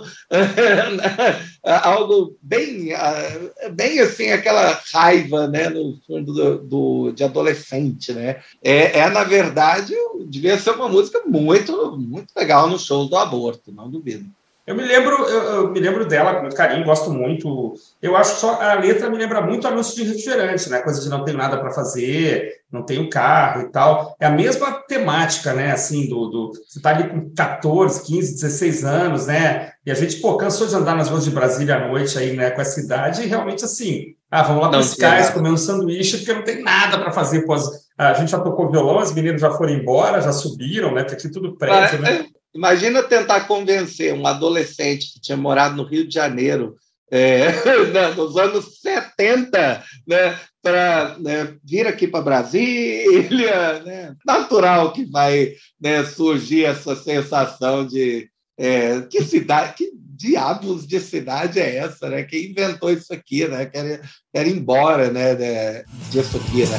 algo bem, bem assim, aquela raiva, né, no fundo do, do, de adolescente, né? É, é, na verdade, devia ser uma música muito, muito legal no show do aborto, não duvido. Eu me lembro, eu, eu me lembro dela com muito carinho, gosto muito. Eu acho só a letra me lembra muito anúncio de refrigerante, né? Coisa de não tenho nada para fazer, não tenho carro e tal. É a mesma temática, né? Assim, do, do você tá ali com quatorze, quinze, dezesseis anos, né? E a gente, pô, cansou de andar nas ruas de Brasília à noite aí, né? Com essa idade, e realmente assim, ah, vamos lá para os cais comer um sanduíche, porque não tem nada para fazer. Pós... A gente já tocou violão, os meninos já foram embora, já subiram, né? Porque aqui tudo prédio, ah, né? Imagina tentar convencer um adolescente que tinha morado no Rio de Janeiro é, nos anos setenta, né, para, né, vir aqui para Brasília. Né? Natural que vai, né, surgir essa sensação de é, que cidade, que diabos de cidade é essa? Né? Quem inventou isso aqui? Né? Quer, quer ir embora, né, disso aqui, né?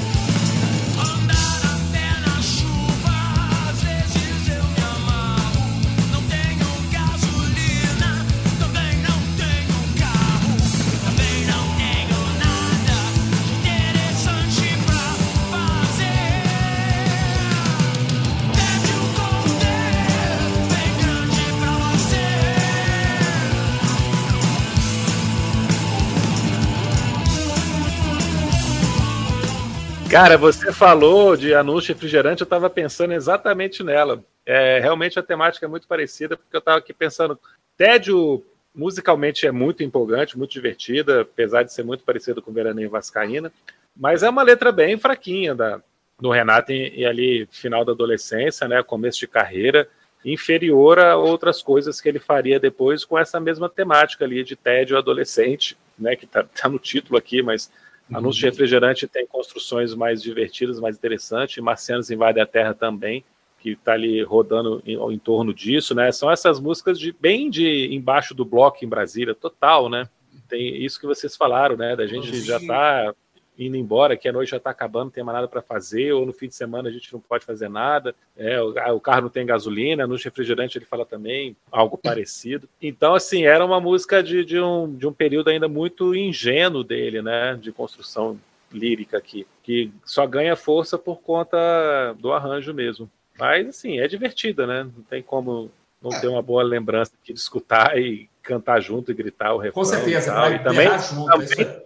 Cara, você falou de anúncio refrigerante, eu estava pensando exatamente nela. É, realmente a temática é muito parecida, porque eu estava aqui pensando, Tédio musicalmente é muito empolgante, muito divertida, apesar de ser muito parecido com Veraneio Vascaína, mas é uma letra bem fraquinha da, no Renato e, e ali final da adolescência, né, começo de carreira, inferior a outras coisas que ele faria depois com essa mesma temática ali de tédio adolescente, né, que tá, tá no título aqui, mas uhum. Anúncio de Refrigerante tem construções mais divertidas, mais interessantes, e Marcianos Invadem a Terra também, que está ali rodando em, em torno disso, né? São essas músicas de, bem de embaixo do bloco em Brasília, total, né? Tem isso que vocês falaram, né? Da gente Sim. já tá indo embora, que a noite já está acabando, não tem mais nada para fazer, ou no fim de semana a gente não pode fazer nada, é, o, o carro não tem gasolina, no refrigerante ele fala também algo parecido. Então, assim, era uma música de, de, um, de um período ainda muito ingênuo dele, né? De construção lírica aqui, que só ganha força por conta do arranjo mesmo. Mas, assim, é divertida, né? Não tem como não ter uma boa lembrança aqui de escutar e cantar junto e gritar o refrão. Com certeza, e, tal. e também, junto, também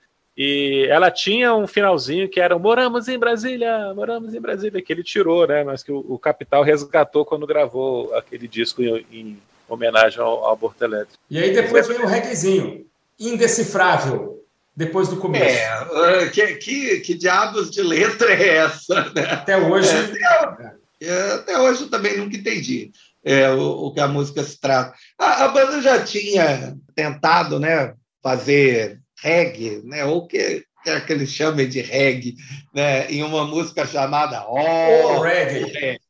e ela tinha um finalzinho que era Moramos em Brasília, Moramos em Brasília, que ele tirou, né? Mas que o, o Capital resgatou quando gravou aquele disco em, em homenagem ao, ao Aborto Elétrico. E aí depois veio o reggaezinho, Indecifrável. Depois do começo. É, que, que, que diabos de letra é essa? Né? Até hoje. É, até hoje eu também nunca entendi é, o, o que a música se trata. A, a banda já tinha tentado, né, fazer reggae, né, ou o que, que, que eles chamem de reggae, né, em uma música chamada Oh, oh Reggae. reggae.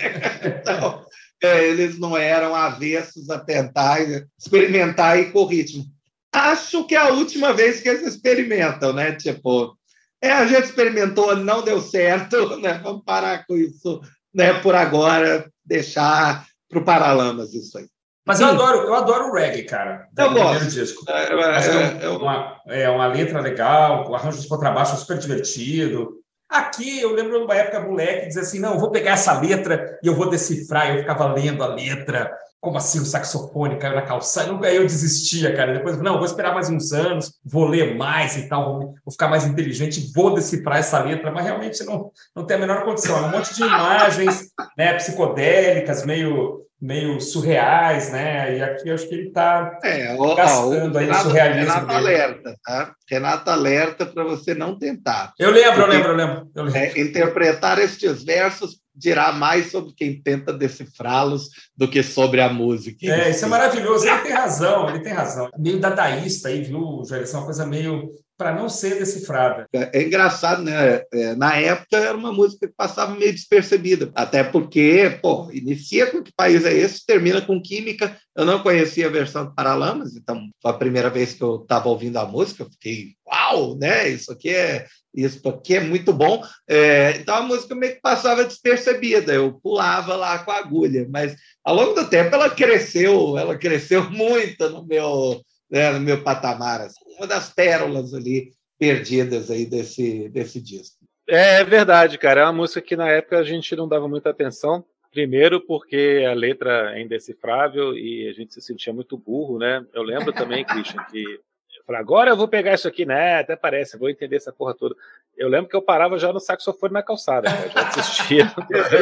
Então, é, eles não eram avessos a tentar experimentar aí com o ritmo. Acho que é a última vez que eles experimentam, né? Tipo, é, a gente experimentou, não deu certo, né? Vamos parar com isso, né? Por agora, deixar para o Paralamas isso aí. Mas eu adoro, eu adoro o reggae, cara. Eu gosto. Disco. É, Acho é, que é uma, é uma letra legal, o arranjo de contrabaixo é super divertido. Aqui, eu lembro de uma época, moleque, dizer assim, não, eu vou pegar essa letra e eu vou decifrar. Eu ficava lendo a letra. Como assim o saxofone caiu na calçada? Aí eu desistia, cara. Depois, não, vou esperar mais uns anos, vou ler mais e tal, vou, vou ficar mais inteligente, vou decifrar essa letra, mas realmente não, não tem a menor condição. É um monte de imagens, né, psicodélicas, meio, meio surreais, né? E aqui eu acho que ele está é, gastando aí o surrealismo Renato dele. alerta, tá? Renato alerta para você não tentar. Eu lembro, Porque, eu lembro, eu lembro. Eu lembro. É, interpretar estes versos dirá mais sobre quem tenta decifrá-los do que sobre a música. É, isso é maravilhoso. Ele tem razão, ele tem razão. Meio dadaísta aí, viu, Jair? Isso é uma coisa meio para não ser decifrada. É, é engraçado, né? É, na época era uma música que passava meio despercebida, até porque, pô, inicia com Que País é Esse, termina com Química. Eu não conhecia a versão de Paralamas, então foi a primeira vez que eu estava ouvindo a música, eu fiquei, uau, né? Isso aqui é Isso aqui é muito bom. É, então a música meio que passava despercebida, eu pulava lá com a agulha, mas ao longo do tempo ela cresceu, ela cresceu muito no meu, né, no meu patamar. Assim, uma das pérolas ali perdidas aí desse, desse disco. É verdade, cara. É uma música que na época a gente não dava muita atenção. Primeiro porque a letra é indecifrável e a gente se sentia muito burro, né? Eu lembro também, Christian, que eu falei, agora eu vou pegar isso aqui, né? Até parece, vou entender essa porra toda. Eu lembro que eu parava já no saxofone na calçada, cara. Já desistia.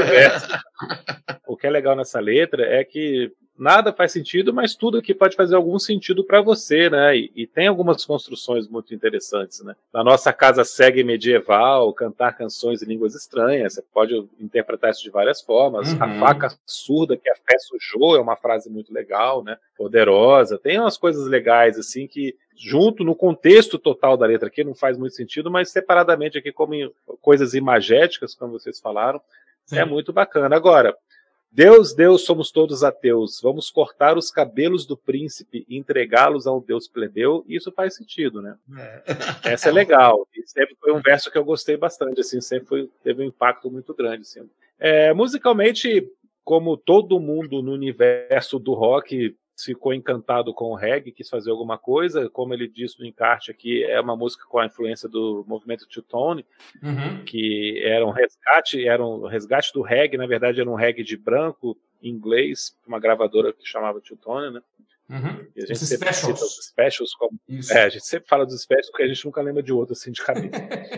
O que é legal nessa letra é que nada faz sentido, mas tudo aqui pode fazer algum sentido para você, né? E, e tem algumas construções muito interessantes, né? Na nossa casa segue medieval, cantar canções em línguas estranhas, você pode interpretar isso de várias formas. Uhum. A faca surda que a fé sujou é uma frase muito legal, né? Poderosa. Tem umas coisas legais, assim, que junto no contexto total da letra aqui não faz muito sentido, mas separadamente aqui como em coisas imagéticas, como vocês falaram, sim, é muito bacana. Agora, Deus, Deus, somos todos ateus. Vamos cortar os cabelos do príncipe e entregá-los a um Deus plebeu. Isso faz sentido, né? É. Essa é legal. E sempre foi um verso que eu gostei bastante, assim, sempre foi, teve um impacto muito grande. Assim. É, musicalmente, como todo mundo no universo do rock ficou encantado com o reggae, quis fazer alguma coisa, como ele disse no encarte aqui, é uma música com a influência do movimento Two-Tone, uhum, que era um resgate, era um resgate do reggae, na verdade era um reggae de branco, em inglês, uma gravadora que chamava Two-Tone, né? Uhum. E a gente os sempre specials. cita os specials como... É, a gente sempre fala dos specials porque a gente nunca lembra de outro assim de cabeça.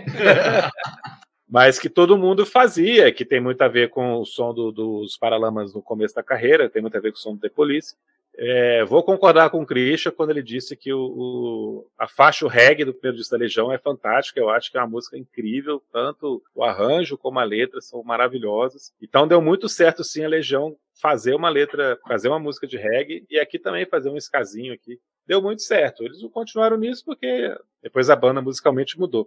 Mas que todo mundo fazia, que tem muito a ver com o som do, dos Paralamas no começo da carreira, tem muito a ver com o som do The Police. É, vou concordar com o Christian quando ele disse que o, o, a faixa o reggae do primeiro disco da Legião é fantástica. Eu acho que é uma música incrível, tanto o arranjo como a letra são maravilhosas. Então deu muito certo sim a Legião fazer uma letra, fazer uma música de reggae e aqui também fazer um skazinho aqui. Deu muito certo. Eles não continuaram nisso porque depois a banda musicalmente mudou.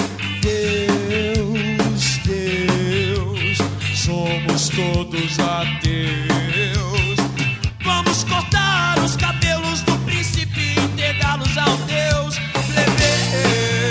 Deus, Deus, somos todos ateus. Vamos cortar os cabelos do príncipe e entregá-los ao Deus plebeu.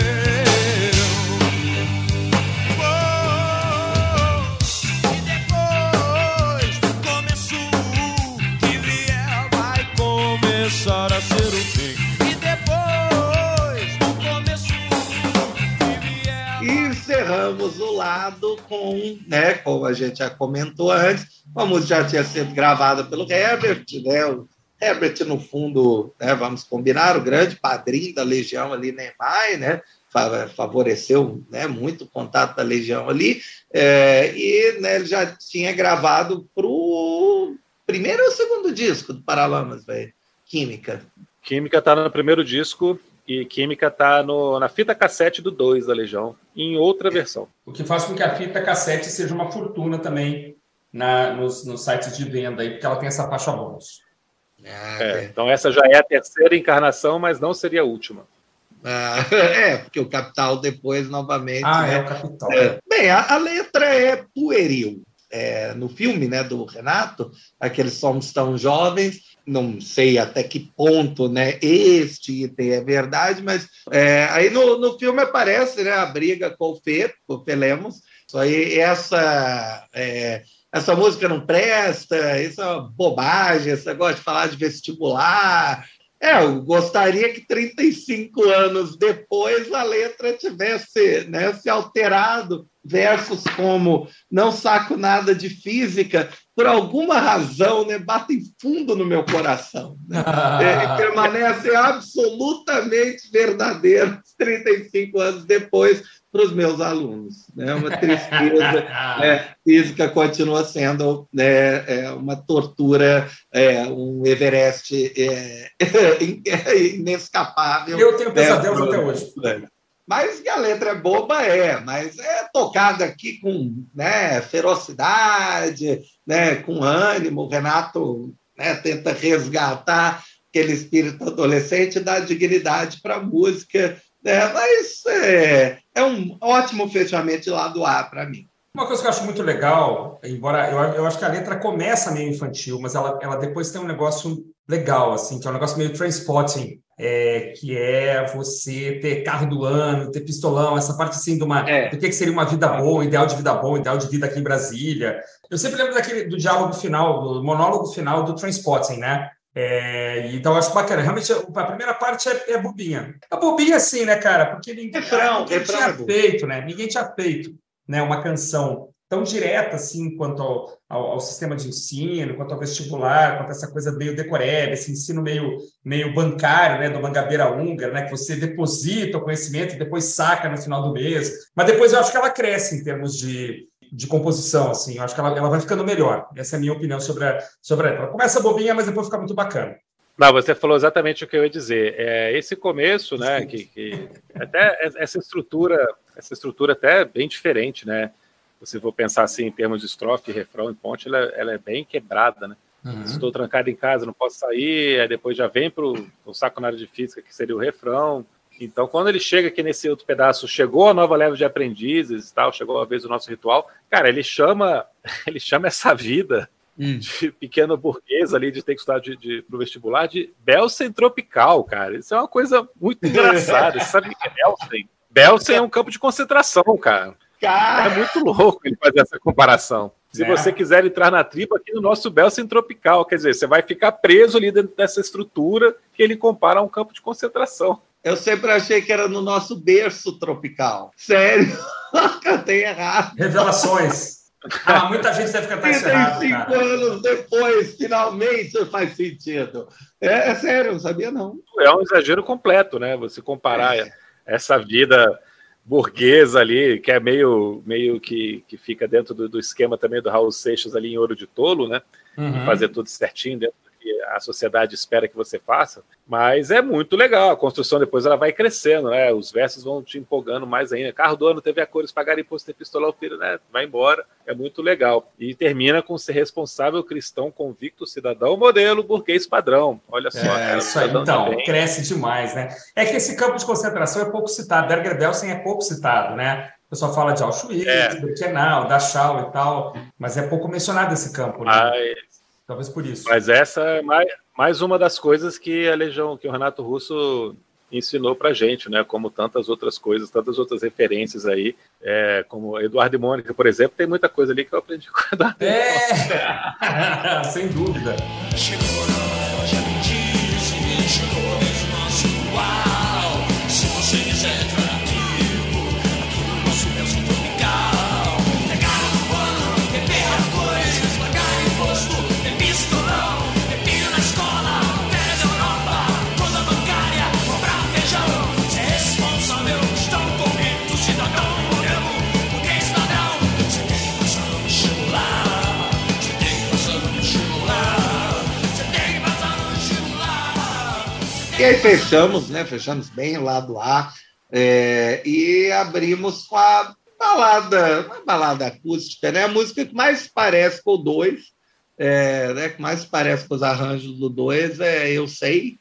Oh, e depois do começo que vier vai começar a ser o fim. E depois do começo que vier. E encerramos o lado com, né, como a gente já comentou antes, a música já tinha sido gravada pelo Herbert, né? O Herbert, no fundo, né, vamos combinar, o grande padrinho da Legião ali, Neymar, né? Favoreceu, né, muito o contato da Legião ali, é, e, né, ele já tinha gravado para o primeiro ou segundo disco do Paralamas, velho? Química. Química tá no primeiro disco e Química tá no, na fita cassete do dois da Legião, em outra é. versão. O que faz com que a fita cassete seja uma fortuna também na, nos, nos sites de venda, aí, porque ela tem essa faixa bônus. Ah, é, é. Então essa já é a terceira encarnação, mas não seria a última. Ah, é, porque o Capital depois, novamente... Ah, né? é o Capital. É. Bem, a, a letra é pueril. É, no filme, né, do Renato, aqueles Somos Tão Jovens, não sei até que ponto, né, este item é verdade, mas é, aí no, no filme aparece, né, a briga com o Fê, com o Felemos, só aí essa... É, essa música não presta, isso é uma bobagem, esse negócio de falar de vestibular. É, eu gostaria que trinta e cinco anos depois a letra tivesse, né, se alterado, versos como não saco nada de física, por alguma razão, né, batem fundo no meu coração. Né? É, e permanecem absolutamente verdadeiros trinta e cinco anos depois para os meus alunos. Né? Uma tristeza. Né? Física continua sendo, né, é uma tortura, é, um Everest é, inescapável. Eu tenho pesadelos, né, até hoje. Mas que a letra é boba, é, mas é tocada aqui com, né, ferocidade, né, com ânimo. O Renato, né, tenta resgatar aquele espírito adolescente e dar dignidade para a música, né, mas é, é um ótimo fechamento de lado A para mim. Uma coisa que eu acho muito legal, embora eu, eu acho que a letra começa meio infantil, mas ela, ela depois tem um negócio legal, assim, que é um negócio meio Trainspotting, é, que é você ter carro do ano, ter pistolão, essa parte assim de uma, é. do que seria uma vida boa, ideal de vida boa, ideal de vida aqui em Brasília. Eu sempre lembro daquele, do diálogo final, do monólogo final do Trainspotting, né? É, então eu acho bacana. Realmente a primeira parte é, é bobinha. É bobinha assim, né, cara? Porque ninguém, refrão, ninguém refrão tinha é feito, né? Ninguém tinha feito, né, uma canção tão direta assim quanto ao, ao, ao sistema de ensino, quanto ao vestibular, quanto a essa coisa meio decoreba, esse ensino meio, meio bancário, né, do Mangabeira húngara, né, que você deposita o conhecimento e depois saca no final do mês. Mas depois eu acho que ela cresce em termos de, de composição, assim. Eu acho que ela, ela vai ficando melhor. Essa é a minha opinião sobre a, sobre a... Ela começa bobinha, mas depois fica muito bacana. Não, você falou exatamente o que eu ia dizer. É, esse começo, né, que, que até essa estrutura, essa estrutura até é bem diferente, né? Se for pensar assim em termos de estrofe, refrão e ponte, ela, ela é bem quebrada, né? Uhum. Estou trancado em casa, não posso sair, aí depois já vem para o saco na área de física, que seria o refrão. Então, quando ele chega aqui nesse outro pedaço, chegou a nova leva de aprendizes e tal, chegou a vez do nosso ritual, cara, ele chama, ele chama essa vida hum. de pequeno burguês ali, de ter que estudar para o vestibular, de Belsen tropical, cara. Isso é uma coisa muito engraçada. Você sabe o que é Belsen? Belsen é um campo de concentração, cara. Cara. É muito louco ele fazer essa comparação. Se é. você quiser entrar na tribo aqui no nosso Belsen tropical, quer dizer, você vai ficar preso ali dentro dessa estrutura que ele compara a um campo de concentração. Eu sempre achei que era no nosso berço tropical. Sério, cantei errado. Revelações. Ah, muita gente deve cantar isso errado, trinta e cinco anos depois, finalmente faz sentido. É, é sério, não sabia não. É um exagero completo, né? Você comparar é. essa vida burguesa ali, que é meio, meio que, que fica dentro do, do esquema também do Raul Seixas ali em Ouro de Tolo, né? Uhum. E fazer tudo certinho dentro do que a sociedade espera que você faça, mas é muito legal. A construção depois ela vai crescendo, né? Os versos vão te empolgando mais ainda. Carro do ano, T V a cores, pagar imposto, ter pistola ao filho, né? Vai embora. É muito legal. E termina com ser responsável, cristão, convicto, cidadão, modelo, burguês padrão. Olha só. É, cara, isso aí, então, cresce demais, né? É que esse campo de concentração é pouco citado. Bergen-Belsen é pouco citado, né? O pessoal fala de Auschwitz, é. Birkenau, Dachau e tal, mas é pouco mencionado esse campo, né? Mas, talvez por isso. Mas essa é mais, mais uma das coisas que a Legião, que o Renato Russo ensinou pra gente, né? Como tantas outras coisas, tantas outras referências aí, é, como Eduardo e Mônica, por exemplo, tem muita coisa ali que eu aprendi com o Eduardo. É, sem dúvida. E aí fechamos, né? Fechamos bem o lado A é, e abrimos com a balada, uma balada acústica, né? A música que mais parece com o dois, é, né? Que mais parece com os arranjos do dois, é Eu Sei.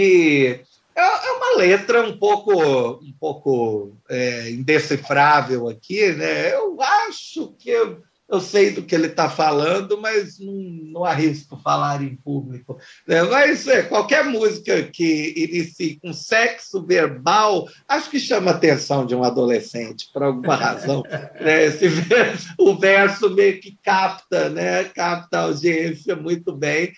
E é, é uma letra um pouco, um pouco é, indecifrável aqui, né? Eu acho que eu, eu sei do que ele está falando, mas não, não arrisco falar em público. É, mas é, qualquer música que inicie com sexo verbal, acho que chama a atenção de um adolescente, por alguma razão. Né? Esse verso, o verso meio que capta, né? Capta a audiência muito bem.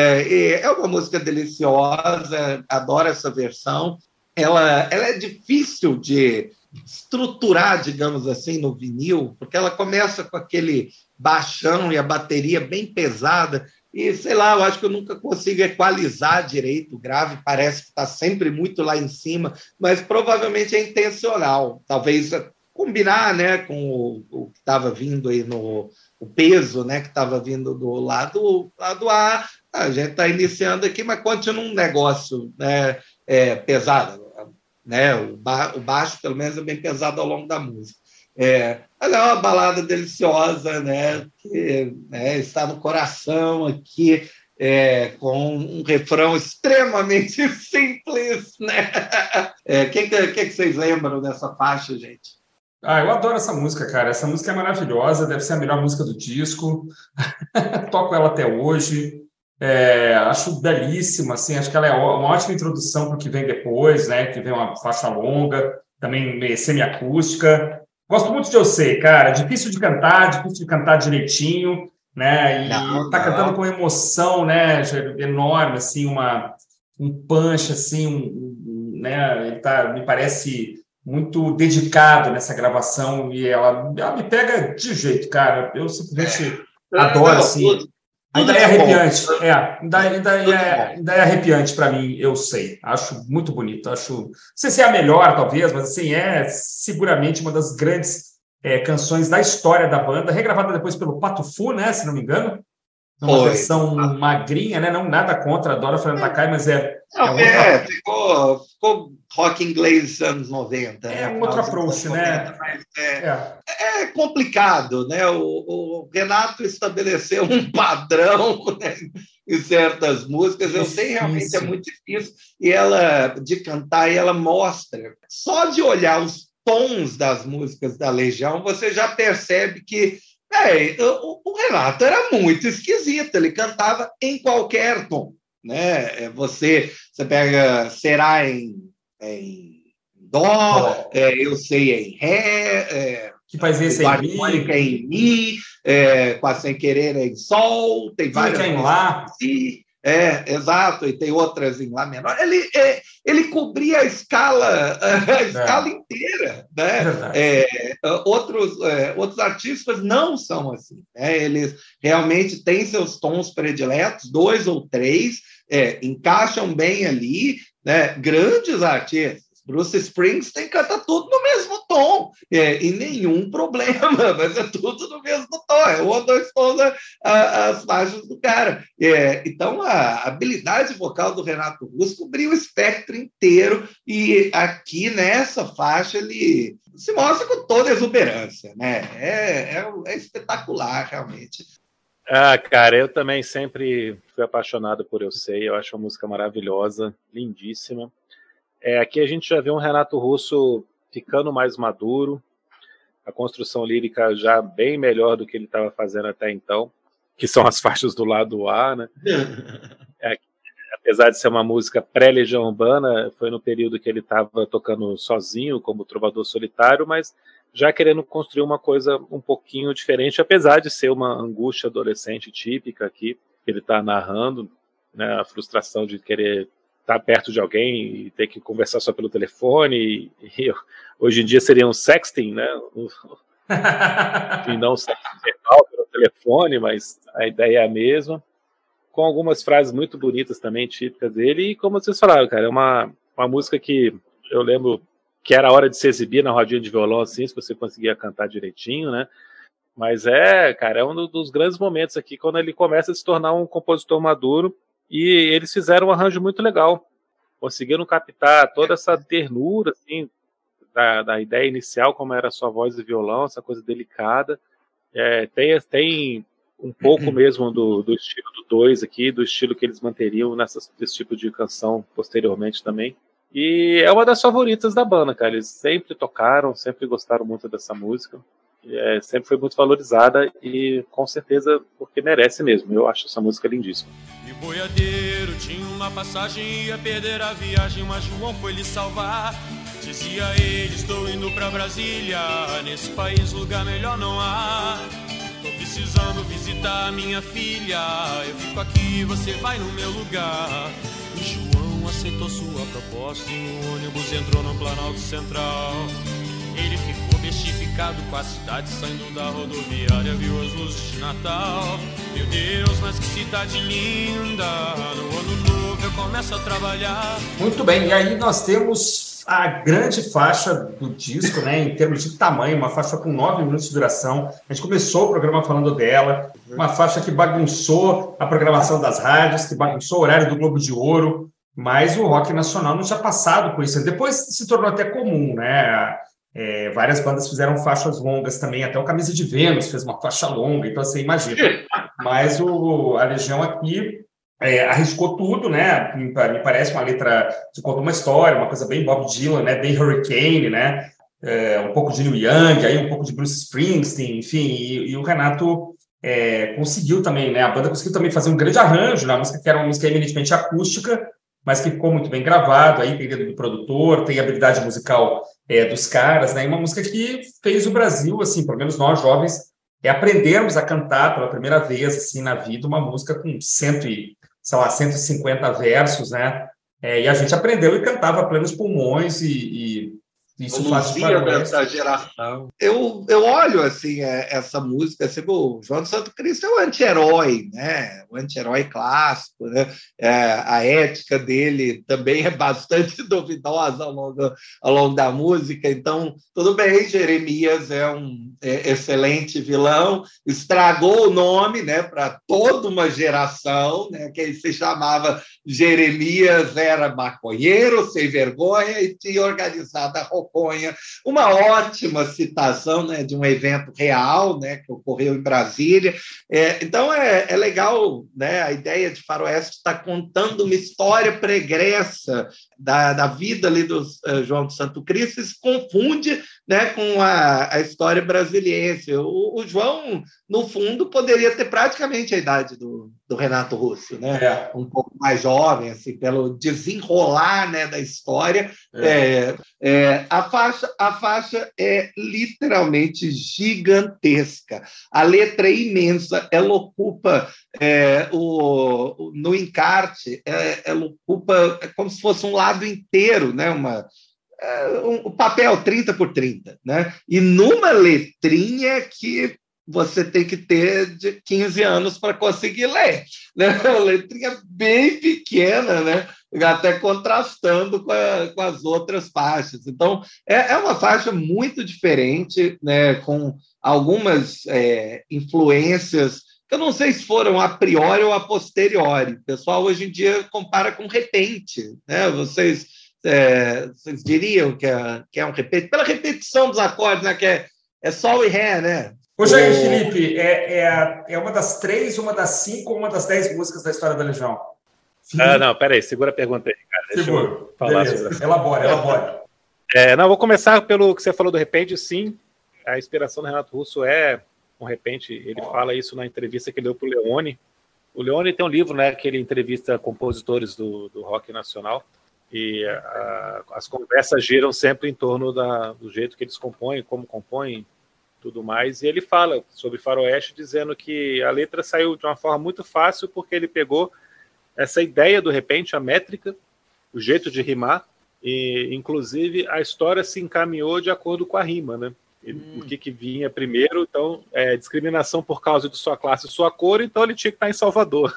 É, é uma música deliciosa, adoro essa versão. Ela, ela é difícil de estruturar, digamos assim, no vinil, porque ela começa com aquele baixão e a bateria bem pesada, e sei lá, eu acho que eu nunca consigo equalizar direito o grave, parece que está sempre muito lá em cima, mas provavelmente é intencional, talvez combinar, né, com o, o que estava vindo aí no o peso, né, que estava vindo do lado, lado A. A gente está iniciando aqui, mas continua um negócio, né, é, pesado. Né? O, ba o baixo, pelo menos, é bem pesado ao longo da música. É, mas é uma balada deliciosa, né? Que né, está no coração aqui, é, com um refrão extremamente simples. Né? É, que, que, que vocês lembram dessa faixa, gente? Ah, eu adoro essa música, cara. Essa música é maravilhosa, deve ser a melhor música do disco. Toco ela até hoje. É, acho belíssima, assim, acho que ela é uma ótima introdução para o que vem depois, né? Que vem uma faixa longa, também semiacústica. Gosto muito de Eu Sei, cara. Difícil de cantar, difícil de cantar direitinho, né? E não, tá não. cantando com emoção, né? Enorme, assim, uma, um punch, assim, um, um, né? Ele tá, me parece muito dedicado nessa gravação e ela, ela me pega de jeito, cara. Eu simplesmente é. adoro, não, assim. Tudo. Ainda é arrepiante, é, ainda, ainda, é, ainda é arrepiante para mim, Eu Sei. Acho muito bonito, acho... Não sei se é a melhor, talvez, mas assim, é seguramente uma das grandes é, canções da história da banda, regravada depois pelo Pato Fu, né, se não me engano. Uma Foi. versão magrinha, né? Não nada contra, adoro a Fernanda Kai, mas é... Não, é, é outra... ficou, ficou rock inglês anos noventa. É né? um outro approach, né? É, é. é complicado, né? O, o Renato estabeleceu um padrão, né, em certas músicas. Eu sei, realmente é muito difícil. E ela, de cantar, e ela mostra. Só de olhar os tons das músicas da Legião, você já percebe que é, o, o Renato era muito esquisito. Ele cantava em qualquer tom. Né? Você, você pega Será em, em Dó, oh. é, Eu Sei em Ré, é, que faz esse em Mi, é em Mi, é, Quase Sem Querer é em Sol, tem várias em Lá. Si, é, exato, e tem outras em Lá menor. Ele, é, ele cobria a escala, a escala é. inteira. Né? É, outros, é, outros artistas não são assim. Né? Eles realmente têm seus tons prediletos, dois ou três, É, encaixam bem ali, né? Grandes artistas, Bruce Springsteen canta tudo no mesmo tom, é, e nenhum problema, mas é tudo no mesmo tom, é um ou dois tons a, a, as faixas do cara. É, então, a habilidade vocal do Renato Russo cobriu o espectro inteiro, e aqui nessa faixa ele se mostra com toda a exuberância, né? É, é, é espetacular, realmente. Ah, cara, eu também sempre fui apaixonado por Eu Sei, eu acho uma música maravilhosa, lindíssima. É, aqui a gente já vê um Renato Russo ficando mais maduro, a construção lírica já bem melhor do que ele estava fazendo até então, que são as faixas do lado A, né? É, apesar de ser uma música pré-Legião Urbana, foi no período que ele estava tocando sozinho, como trovador solitário, mas já querendo construir uma coisa um pouquinho diferente, apesar de ser uma angústia adolescente típica aqui, que ele está narrando, né, a frustração de querer estar perto de alguém e ter que conversar só pelo telefone, e, e hoje em dia seria um sexting, né, e não um sexting verbal pelo telefone, mas a ideia é a mesma, com algumas frases muito bonitas também, típicas dele, e como vocês falaram, cara, é uma, uma música que eu lembro que era a hora de se exibir na rodinha de violão, assim, se você conseguia cantar direitinho, né? Mas é, cara, é um dos grandes momentos aqui, quando ele começa a se tornar um compositor maduro, e eles fizeram um arranjo muito legal. Conseguiram captar toda essa ternura, assim, da, da ideia inicial, como era a sua voz e violão, essa coisa delicada. É, tem, tem um pouco mesmo do, do estilo do dois aqui, do estilo que eles manteriam nessa, nesse tipo de canção posteriormente também. E é uma das favoritas da banda, cara. Eles sempre tocaram, sempre gostaram muito dessa música. É, sempre foi muito valorizada e com certeza porque merece mesmo. Eu acho essa música lindíssima. E boiadeiro tinha uma passagem, ia perder a viagem, mas João foi lhe salvar. Dizia ele, estou indo pra Brasília, nesse país lugar melhor não há. Tô precisando visitar minha filha, eu fico aqui, você vai no meu lugar. E João aceitou sua proposta e o ônibus entrou no Planalto Central. Ele ficou bestificado com a cidade, saindo da rodoviária, viu as luzes de Natal. Meu Deus, mas que cidade linda, no ano novo eu começo a trabalhar. Muito bem, e aí nós temos a grande faixa do disco, né, em termos de tamanho, uma faixa com nove minutos de duração. A gente começou o programa falando dela, uma faixa que bagunçou a programação das rádios, que bagunçou o horário do Globo de Ouro, mas o rock nacional não tinha passado por isso. Depois se tornou até comum, né? É, várias bandas fizeram faixas longas também, até o Camisa de Vênus fez uma faixa longa, então você imagina. Mas o, a Legião aqui é, arriscou tudo, né? Me, me parece uma letra que conta uma história, uma coisa bem Bob Dylan, né? Bem Hurricane, né? É, um pouco de Neil Young, aí um pouco de Bruce Springsteen, enfim, e, e o Renato é, conseguiu também, né? A banda conseguiu também fazer um grande arranjo na música, que era uma música eminentemente acústica, mas que ficou muito bem gravado, aí tem dedo do produtor, tem habilidade musical é, dos caras, né? E uma música que fez o Brasil, assim, pelo menos nós jovens, é aprendermos a cantar pela primeira vez, assim, na vida, uma música com cento, sei lá, cento e cinquenta versos, né? É, e a gente aprendeu e cantava a plenos pulmões e, e isso faz dessa geração. Eu, eu olho assim essa música, assim, o João de Santo Cristo é um anti-herói, né? Um anti-herói clássico, né? É, a ética dele também é bastante duvidosa ao longo, ao longo da música. Então, tudo bem, Jeremias é um é, excelente vilão, estragou o nome, né, para toda uma geração, né? Que se chamava Jeremias, era maconheiro, sem vergonha e tinha organizado a Roconha. Uma ótima citação, né, de um evento real, né, que ocorreu em Brasília. É, então, é, é legal, né, a ideia de Faroeste estar contando uma história pregressa da, da vida ali do uh, João de Santo Cristo, e se confunde, né, com a, a história brasiliense. O, o João, no fundo, poderia ter praticamente a idade do, do Renato Russo, né? É. Um pouco mais jovem, assim, pelo desenrolar, né, da história. É. É, é, a, faixa, a faixa é literalmente gigantesca. A letra é imensa, ela ocupa é, o, no encarte, é, ela ocupa é como se fosse um lado inteiro, né? Uma o um papel trinta por trinta, né? E numa letrinha que você tem que ter de quinze anos para conseguir ler, né? Uma letrinha bem pequena, né? Até contrastando com, a, com as outras faixas. Então, é, é uma faixa muito diferente, né? Com algumas é, influências que eu não sei se foram a priori ou a posteriori. O pessoal hoje em dia compara com repente, né? Vocês, é, vocês diriam que é, que é um repente, pela repetição dos acordes, né? Que é, é sol e ré, né? Ô, Jair, o... Felipe, é, é, é uma das três, uma das cinco ou uma das dez músicas da história da Legião? Felipe? Ah, não, peraí, segura a pergunta aí, cara. Deixa Segura. eu falar Beleza. sobre Elabora, elabora. É, não, vou começar pelo que você falou do repente, sim. A inspiração do Renato Russo é um repente. Ele oh. fala isso na entrevista que ele deu para o Leone. O Leone tem um livro, né, que ele entrevista compositores do, do rock nacional. E a, as conversas giram sempre em torno da, do jeito que eles compõem, como compõem, tudo mais, e ele fala sobre Faroeste, dizendo que a letra saiu de uma forma muito fácil, porque ele pegou essa ideia do repente, a métrica, o jeito de rimar, e inclusive a história se encaminhou de acordo com a rima, né? Hum. O que, que vinha primeiro, então, é, discriminação por causa de sua classe e sua cor, então ele tinha que estar em Salvador.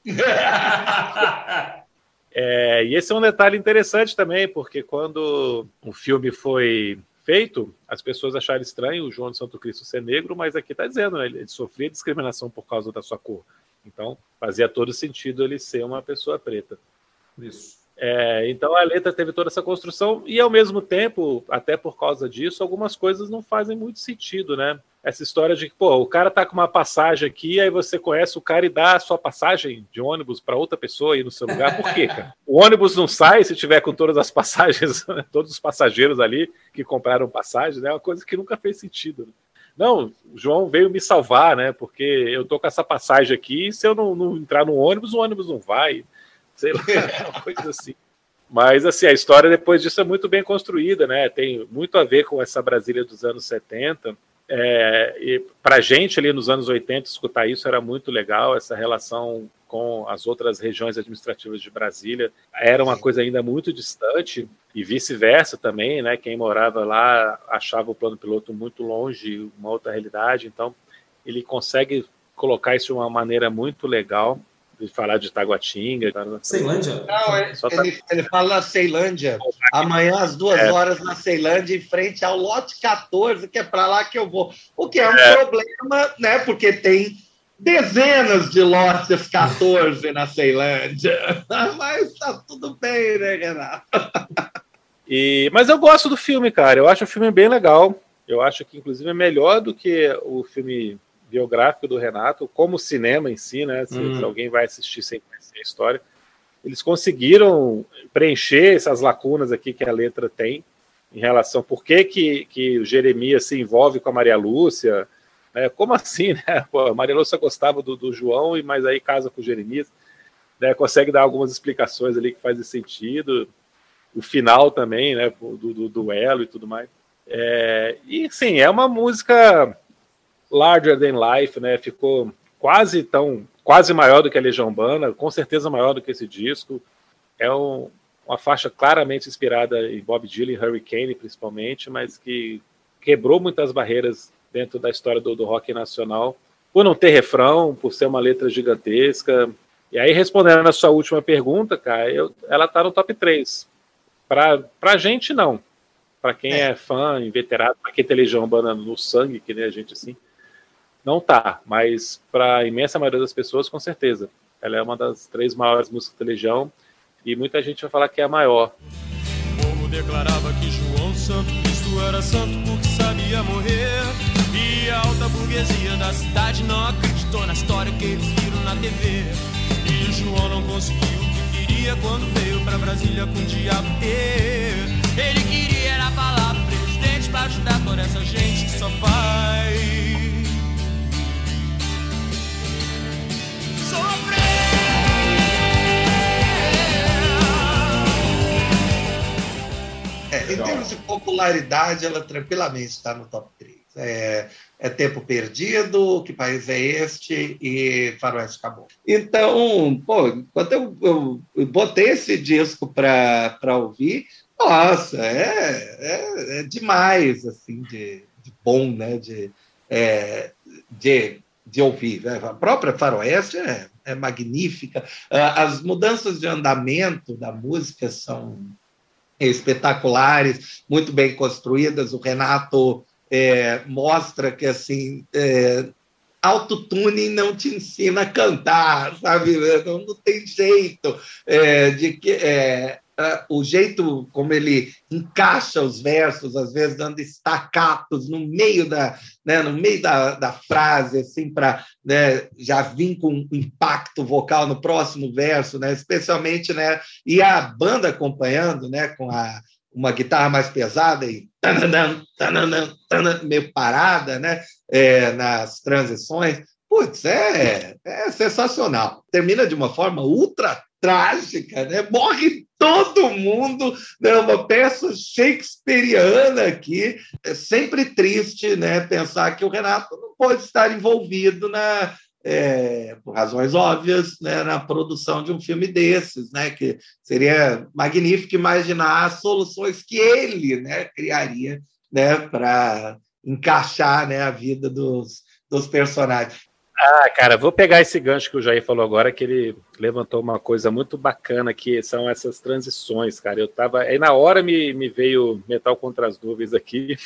é, e esse é um detalhe interessante também, porque quando o filme foi feito, as pessoas acharam estranho o João de Santo Cristo ser negro, mas aqui está dizendo, né, ele sofria discriminação por causa da sua cor. Então, fazia todo sentido ele ser uma pessoa preta. Isso. É, então, a letra teve toda essa construção e, ao mesmo tempo, até por causa disso, algumas coisas não fazem muito sentido, né? Essa história de que, pô, o cara tá com uma passagem aqui, aí você conhece o cara e dá a sua passagem de ônibus para outra pessoa ir no seu lugar. Por quê, cara? O ônibus não sai se tiver com todas as passagens, todos os passageiros ali que compraram passagem, né? É uma coisa que nunca fez sentido, né? Não, o João veio me salvar, né? Porque eu tô com essa passagem aqui e se eu não, não entrar no ônibus, o ônibus não vai. Sei lá, uma coisa assim. Mas, assim, a história depois disso é muito bem construída, né? Tem muito a ver com essa Brasília dos anos setenta. É, e pra gente ali nos anos oitenta escutar isso era muito legal, essa relação com as outras regiões administrativas de Brasília era uma coisa ainda muito distante e vice-versa também, né? Quem morava lá achava o plano piloto muito longe, uma outra realidade, então ele consegue colocar isso de uma maneira muito legal, de falar de Taguatinga. Ceilândia? Não, ele, tá... ele, ele fala na Ceilândia. Amanhã, às duas é. horas, na Ceilândia, em frente ao lote quatorze, que é para lá que eu vou. O que é um é. problema, né? Porque tem dezenas de lotes quatorze na Ceilândia. Mas tá tudo bem, né, Renato? E, mas eu gosto do filme, cara. Eu acho o filme bem legal. Eu acho que, inclusive, é melhor do que o filme biográfico do Renato, como cinema em si, né? Se, hum. se alguém vai assistir sem conhecer a história, eles conseguiram preencher essas lacunas aqui que a letra tem em relação por que, que, que o Jeremias se envolve com a Maria Lúcia, né? Como assim, né? Pô, a Maria Lúcia gostava do, do João, mas aí casa com o Jeremias, né? Consegue dar algumas explicações ali que fazem sentido, o final também, né? Do, do duelo e tudo mais. É, e sim, é uma música larger than life, né? Ficou quase tão, quase maior do que a Legião Urbana, com certeza maior do que esse disco. É um, uma faixa claramente inspirada em Bob Dylan, Hurricane principalmente, mas que quebrou muitas barreiras dentro da história do, do rock nacional, por não ter refrão, por ser uma letra gigantesca. E aí, respondendo a sua última pergunta, cara, eu, ela tá no top três. Pra, pra gente, não. Pra quem é, é fã, inveterado, pra quem tem Legião Urbana no sangue, que nem a gente assim, não tá, mas para a imensa maioria das pessoas, com certeza. Ela é uma das três maiores músicas da Legião e muita gente vai falar que é a maior. O povo declarava que João Santo Cristo era santo porque sabia morrer. E a alta burguesia da cidade não acreditou na história que eles viram na T V. E o João não conseguiu o que queria quando veio pra Brasília com o diabo ter. Ele queria era falar pro presidente pra ajudar toda essa gente que só faz É, em termos de popularidade, ela tranquilamente está no top três. É, é Tempo Perdido, Que País é Este e Faroeste Caboclo. Então, pô, quando eu, eu, eu botei esse disco para ouvir, nossa, é, é, é demais, assim, de, de bom, né? De, é, de, de ouvir. A própria Faroeste é, é magnífica. As mudanças de andamento da música são espetaculares, muito bem construídas. O Renato é, mostra que assim é, autotune não te ensina a cantar, sabe? Não, não tem jeito é, de que é, o jeito como ele encaixa os versos, às vezes dando estacatos no meio da, né, no meio da, da frase, assim, para, né, já vir com um impacto vocal no próximo verso, né, especialmente, né, e a banda acompanhando, né, com a, uma guitarra mais pesada e tananã, tananã, tananã, meio parada, né, é, nas transições. Putz, é, é sensacional. Termina de uma forma ultra trágica, né? Morre todo mundo, né? Uma peça shakespeariana aqui. É sempre triste, né, pensar que o Renato não pode estar envolvido na, é, por razões óbvias, né, na produção de um filme desses, né? Que seria magnífico imaginar as soluções que ele, né, criaria, né, para encaixar, né, a vida dos, dos personagens. Ah, cara, vou pegar esse gancho que o Jair falou agora, que ele levantou uma coisa muito bacana, que são essas transições, cara. Eu tava... Aí na hora me, me veio Metal Contra as Nuvens aqui.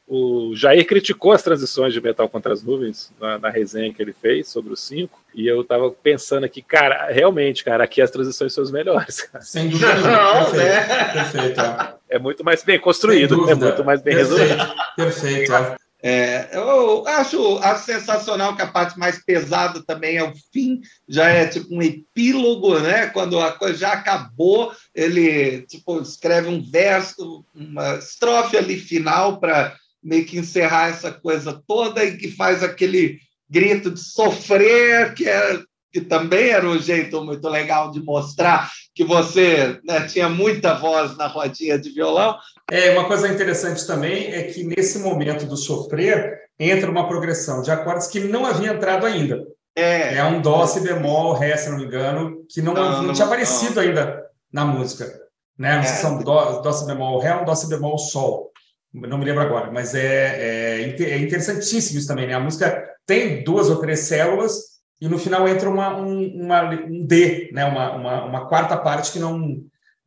O Jair criticou as transições de Metal Contra as Nuvens na, na resenha que ele fez sobre os cinco, e eu tava pensando aqui, cara, realmente, cara, aqui as transições são as melhores, cara. Sem dúvida nenhuma. Perfeito, perfeito. É. É muito mais bem construído, é muito mais bem perfeito, resolvido. Perfeito, é. É, eu acho, acho sensacional que a parte mais pesada também é o fim, já é tipo um epílogo, né? Quando a coisa já acabou, ele tipo, escreve um verso, uma estrofe ali final para meio que encerrar essa coisa toda e que faz aquele grito de sofrer, que, é, que também era um jeito muito legal de mostrar que você, né, tinha muita voz na rodinha de violão. É, uma coisa interessante também é que nesse momento do sofrer entra uma progressão de acordes que não havia entrado ainda. É, é um dó, si bemol, ré, se não me engano, que não, não, não tinha não, aparecido não. ainda na música. Né? Não sei se são dó, dó, si bemol, ré ou dó, si bemol, sol. Não me lembro agora, mas é, é, é interessantíssimo isso também. Né? A música tem duas ou três células e no final entra uma, um, uma, um D, né? uma, uma, uma quarta parte que não...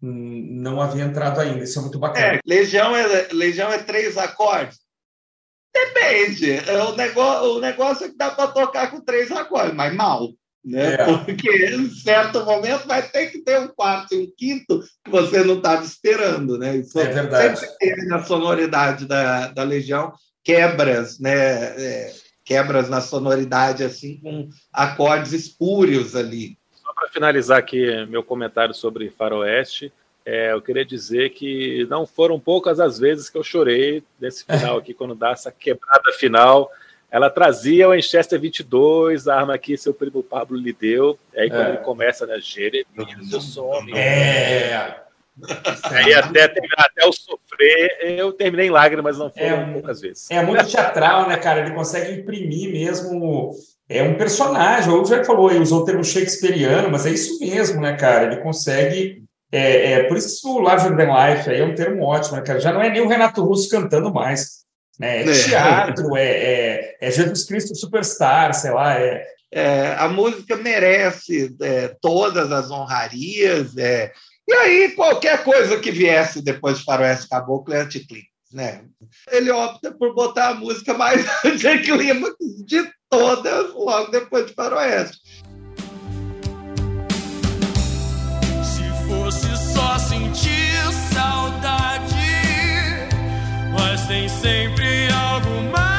não havia entrado ainda, isso é muito bacana. É, Legião, é, Legião é três acordes? Depende, é, o, negócio, o negócio é que dá para tocar com três acordes, mas mal, né? É. Porque em certo momento vai ter que ter um quarto e um quinto que você não estava esperando, né? Isso é verdade. Sempre teve na sonoridade da, da Legião quebras, né? É, quebras na sonoridade, assim, com acordes espúrios ali. Para finalizar aqui meu comentário sobre Faroeste, é, eu queria dizer que não foram poucas as vezes que eu chorei nesse final aqui, quando dá essa quebrada final. Ela trazia o Winchester vinte e dois, a arma que seu primo Pablo lhe deu. Aí quando é. ele começa, né, Jeremias, eu sou É. Aí até terminar, até o sofrer, eu terminei em lágrimas, não foram é, poucas vezes. É muito teatral, né, cara? Ele consegue imprimir mesmo... É um personagem, o já falou, ele usou o termo shakespeariano, mas é isso mesmo, né, cara? Ele consegue... É, é, por isso o Larger Than Life aí é um termo ótimo, né, cara? Já não é nem o Renato Russo cantando mais. Né? É teatro, é, é, é Jesus Cristo Superstar, sei lá. É... É, a música merece é, todas as honrarias. É, e aí, qualquer coisa que viesse depois de Faroeste Caboclo é anticlímax, né? Ele opta por botar a música mais anticlímax de todas logo depois de Faroeste. Se fosse só sentir saudade, mas tem sempre algo mais.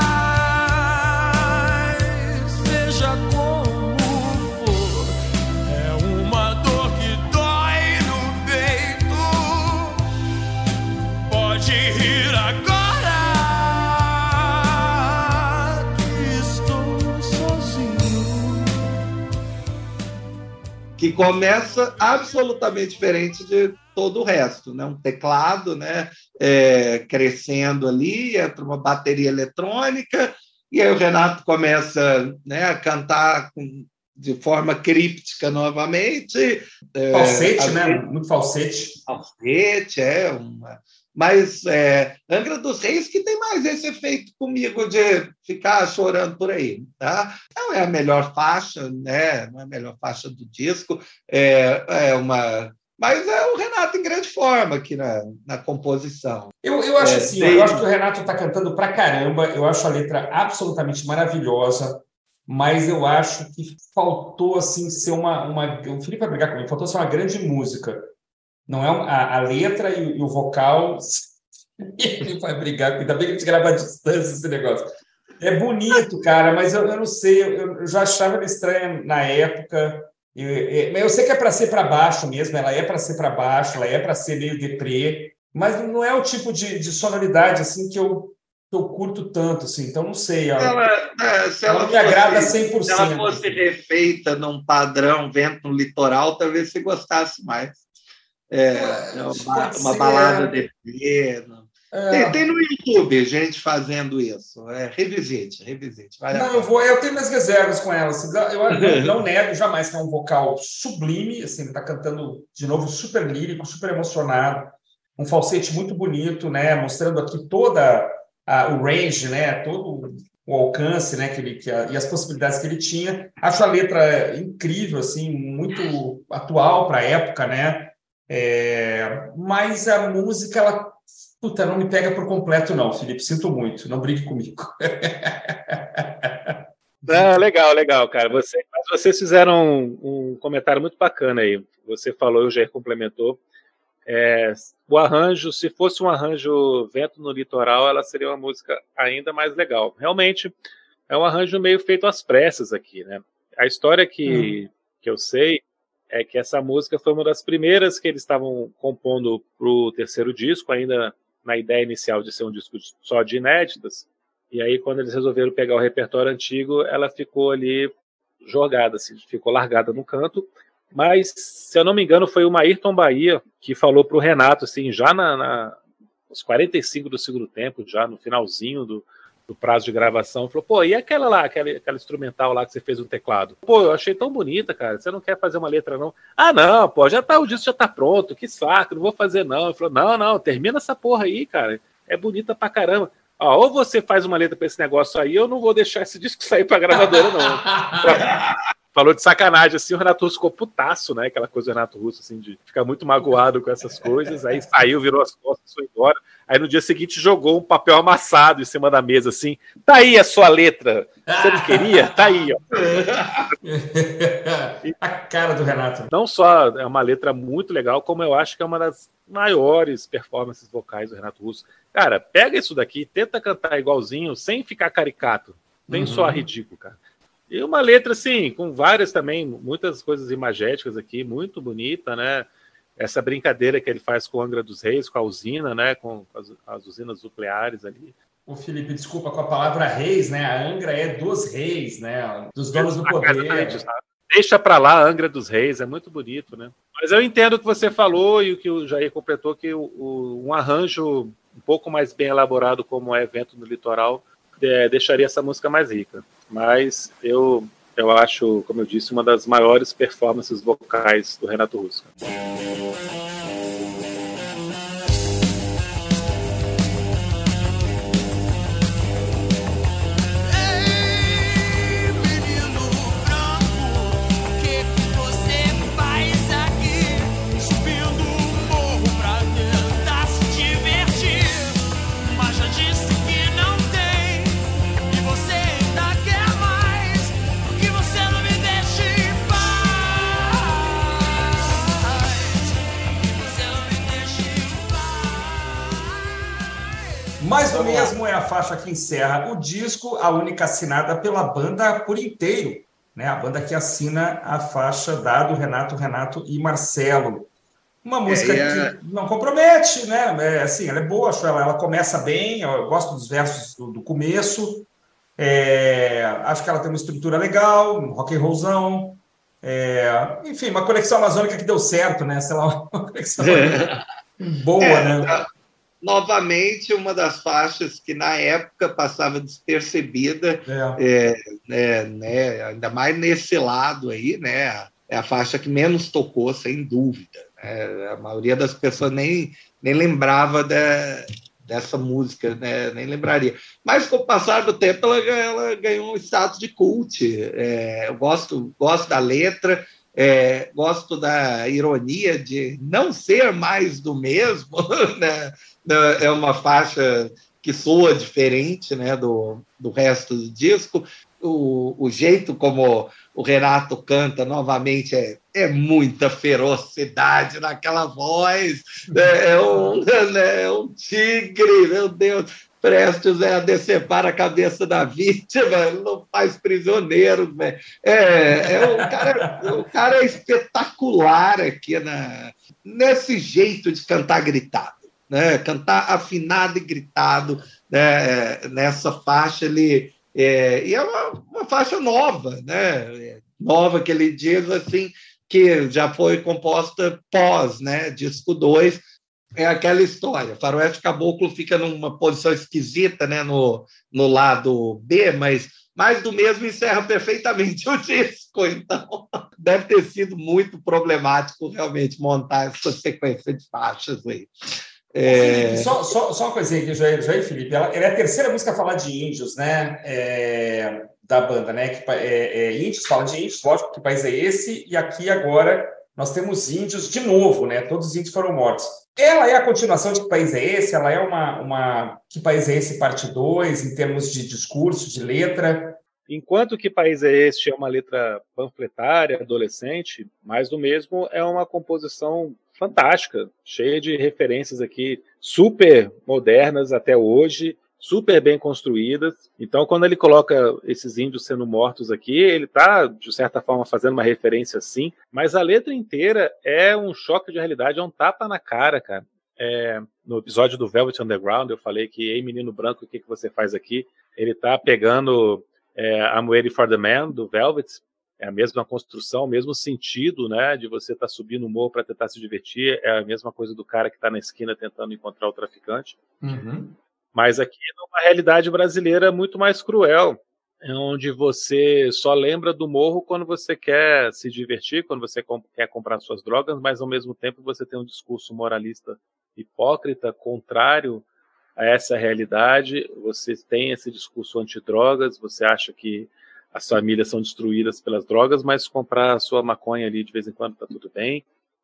Seja como for, é uma dor que dói no peito. Pode rir agora. Que começa absolutamente diferente de todo o resto, né? Um teclado, né? É, crescendo ali, entra uma bateria eletrônica, e aí o Renato começa, né, a cantar com, de forma críptica novamente. Falsete, é, né? Vezes, muito falsete. Falsete, é uma, Mas é, Angra dos Reis que tem mais esse efeito comigo de ficar chorando por aí. Tá? Não é a melhor faixa, né? Não é a melhor faixa do disco, é, é uma... mas é o Renato em grande forma aqui na, na composição. Eu, eu acho é, assim, tem... eu acho que o Renato está cantando pra caramba, eu acho a letra absolutamente maravilhosa, mas eu acho que faltou assim ser uma... uma... O Felipe vai brigar comigo, faltou ser uma grande música. Não é um, a, a letra e, e o vocal. Ele vai brigar comigo, ainda bem que a gente grava à distância esse negócio. É bonito, cara, mas eu, eu não sei, eu, eu já achava ela estranha na época. Eu, eu, eu sei que é para ser para baixo mesmo, ela é para ser para baixo, ela é para ser meio deprê, mas não é o tipo de, de sonoridade assim que eu, que eu curto tanto, assim, então não sei. Ela, ela, é, se ela ela não me fosse, agrada cem por cento. Se ela fosse refeita num padrão vento no litoral, talvez você gostasse mais. É, uma, uma balada deprê. É. Tem, tem no YouTube gente fazendo isso. É, revisite, revisite. Vale não, eu vou, eu tenho minhas reservas com ela. Assim, eu não, não nego jamais que é um vocal sublime, assim, está cantando de novo super lírico, super emocionado, um falsete muito bonito, né? Mostrando aqui toda a, o range, né? Todo o alcance, né? Que ele, que a, e as possibilidades que ele tinha. Acho a letra incrível, assim, muito atual para a época, né? É, mas a música, ela, puta, não me pega por completo, não, Felipe. Sinto muito, não brigue comigo. Ah, legal, legal, cara. Você, mas vocês fizeram um, um comentário muito bacana aí. Você falou, o Jair complementou. É, o arranjo, se fosse um arranjo Vento no Litoral, ela seria uma música ainda mais legal. Realmente, é um arranjo meio feito às pressas aqui, né? A história que, hum. que eu sei é que essa música foi uma das primeiras que eles estavam compondo para o terceiro disco, ainda na ideia inicial de ser um disco só de inéditas. E aí, quando eles resolveram pegar o repertório antigo, ela ficou ali jogada, assim, ficou largada no canto. Mas, se eu não me engano, foi o Ayrton Bahia que falou para o Renato, assim, já na, na, nos quarenta e cinco do segundo tempo, já no finalzinho do, do prazo de gravação, falou, pô, e aquela lá, aquela, aquela instrumental lá que você fez no teclado? Pô, eu achei tão bonita, cara, você não quer fazer uma letra, não? Ah, não, pô, já tá, o disco já tá pronto, que saco, não vou fazer, não. Ele falou, não, não, termina essa porra aí, cara, é bonita pra caramba. Ó, ou você faz uma letra pra esse negócio aí, eu não vou deixar esse disco sair pra gravadora, não. Falou de sacanagem, assim, o Renato Russo ficou putaço, né? Aquela coisa do Renato Russo, assim, de ficar muito magoado com essas coisas. Aí saiu, virou as costas, foi embora. Aí no dia seguinte jogou um papel amassado em cima da mesa, assim. Tá aí a sua letra. Você não queria? Tá aí, ó. A cara do Renato. Não só é uma letra muito legal, como eu acho que é uma das maiores performances vocais do Renato Russo. Cara, pega isso daqui, tenta cantar igualzinho, sem ficar caricato. Nem uhum. só ridículo, cara. E uma letra, assim, com várias também, muitas coisas imagéticas aqui, muito bonita, né? Essa brincadeira que ele faz com o Angra dos Reis, com a usina, né? Com as, as usinas nucleares ali. O Felipe, desculpa, com a palavra reis, né? A Angra é dos reis, né? Dos donos do poder. Deixa pra lá a Angra dos Reis, é muito bonito, né? Mas eu entendo o que você falou e o que o Jair completou, que o, o, um arranjo um pouco mais bem elaborado, como é Vento no Litoral, é, deixaria essa música mais rica. Mas eu, eu acho, como eu disse, uma das maiores performances vocais do Renato Russo. Mais do mesmo é a faixa que encerra o disco, a única assinada pela banda por inteiro, né? A banda que assina a faixa dado Renato, Renato e Marcelo. Uma música é, é... que não compromete, né? É, assim, ela é boa, acho ela, ela começa bem, eu gosto dos versos do, do começo, é, acho que ela tem uma estrutura legal, um rock and rollzão, é, enfim, uma conexão amazônica que deu certo, né? Sei lá, uma conexão boa, é, né? Tá. Novamente, uma das faixas que, na época, passava despercebida, é. É, é, né, ainda mais nesse lado aí, né, é a faixa que menos tocou, sem dúvida. Né? A maioria das pessoas nem, nem lembrava de, dessa música, né? Nem lembraria. Mas, com o passar do tempo, ela, ela ganhou um status de cult. É, eu gosto, gosto da letra, é, gosto da ironia de não ser mais do mesmo, né? É uma faixa que soa diferente, né, do, do resto do disco. O, o jeito como o Renato canta novamente é, é muita ferocidade naquela voz, né? É, um, né, é um tigre, meu Deus, prestes a decepar a cabeça da vítima, não faz prisioneiros, né? é, é, o, cara, o cara é espetacular aqui na, nesse jeito de cantar gritado, né? Cantar afinado e gritado, né? Nessa faixa ele É, e é uma, uma faixa nova, né? Nova que ele diz assim, que já foi composta pós, né? Disco dois, é aquela história. Faroeste Caboclo fica numa posição esquisita, né? no, no lado B, mas mais do mesmo encerra perfeitamente o disco. Então, deve ter sido muito problemático realmente montar essa sequência de faixas aí. É... Felipe, só, só, só uma coisinha aqui, Jair, Jair Felipe. Ela, ela é a terceira música a falar de índios, né? É, da banda, né? Que, é, é, índios, fala de índios, lógico, que país é esse? E aqui agora nós temos índios de novo, né? Todos os índios foram mortos. Ela é a continuação de Que País é Esse? Ela é uma, uma Que País é Esse parte dois, em termos de discurso, de letra? Enquanto Que País é Este é uma letra panfletária, adolescente, mais do mesmo é uma composição fantástica, cheia de referências aqui, super modernas até hoje, super bem construídas. Então, quando ele coloca esses índios sendo mortos aqui, ele está, de certa forma, fazendo uma referência sim, mas a letra inteira é um choque de realidade, é um tapa na cara, cara. É, no episódio do Velvet Underground, eu falei que, ei, menino branco, o que, que você faz aqui? Ele está pegando é, I'm Waiting for the Man, do Velvet. É a mesma construção, o mesmo sentido, né, de você estar tá subindo o morro para tentar se divertir, é a mesma coisa do cara que está na esquina tentando encontrar o traficante. Uhum. Mas aqui numa realidade brasileira muito mais cruel, onde você só lembra do morro quando você quer se divertir, quando você comp- quer comprar suas drogas, mas ao mesmo tempo você tem um discurso moralista hipócrita, contrário a essa realidade. Você tem esse discurso antidrogas, você acha que as famílias são destruídas pelas drogas, mas comprar a sua maconha ali de vez em quando está tudo bem.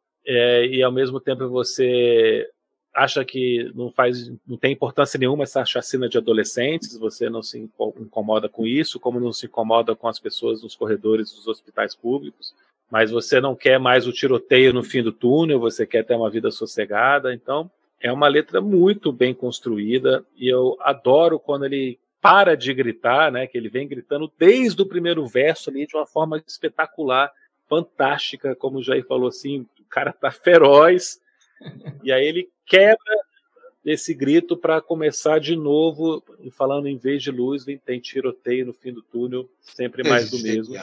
É, e ao mesmo tempo você acha que não faz, não tem importância nenhuma essa chacina de adolescentes, você não se incomoda com isso, como não se incomoda com as pessoas nos corredores dos hospitais públicos, mas você não quer mais o tiroteio no fim do túnel, você quer ter uma vida sossegada. Então é uma letra muito bem construída e eu adoro quando ele para de gritar, né, que ele vem gritando desde o primeiro verso ali de uma forma espetacular, fantástica, como o Jair falou assim, o cara tá feroz, e aí ele quebra esse grito para começar de novo, falando em vez de luz, vem, tem tiroteio no fim do túnel, sempre mais do mesmo.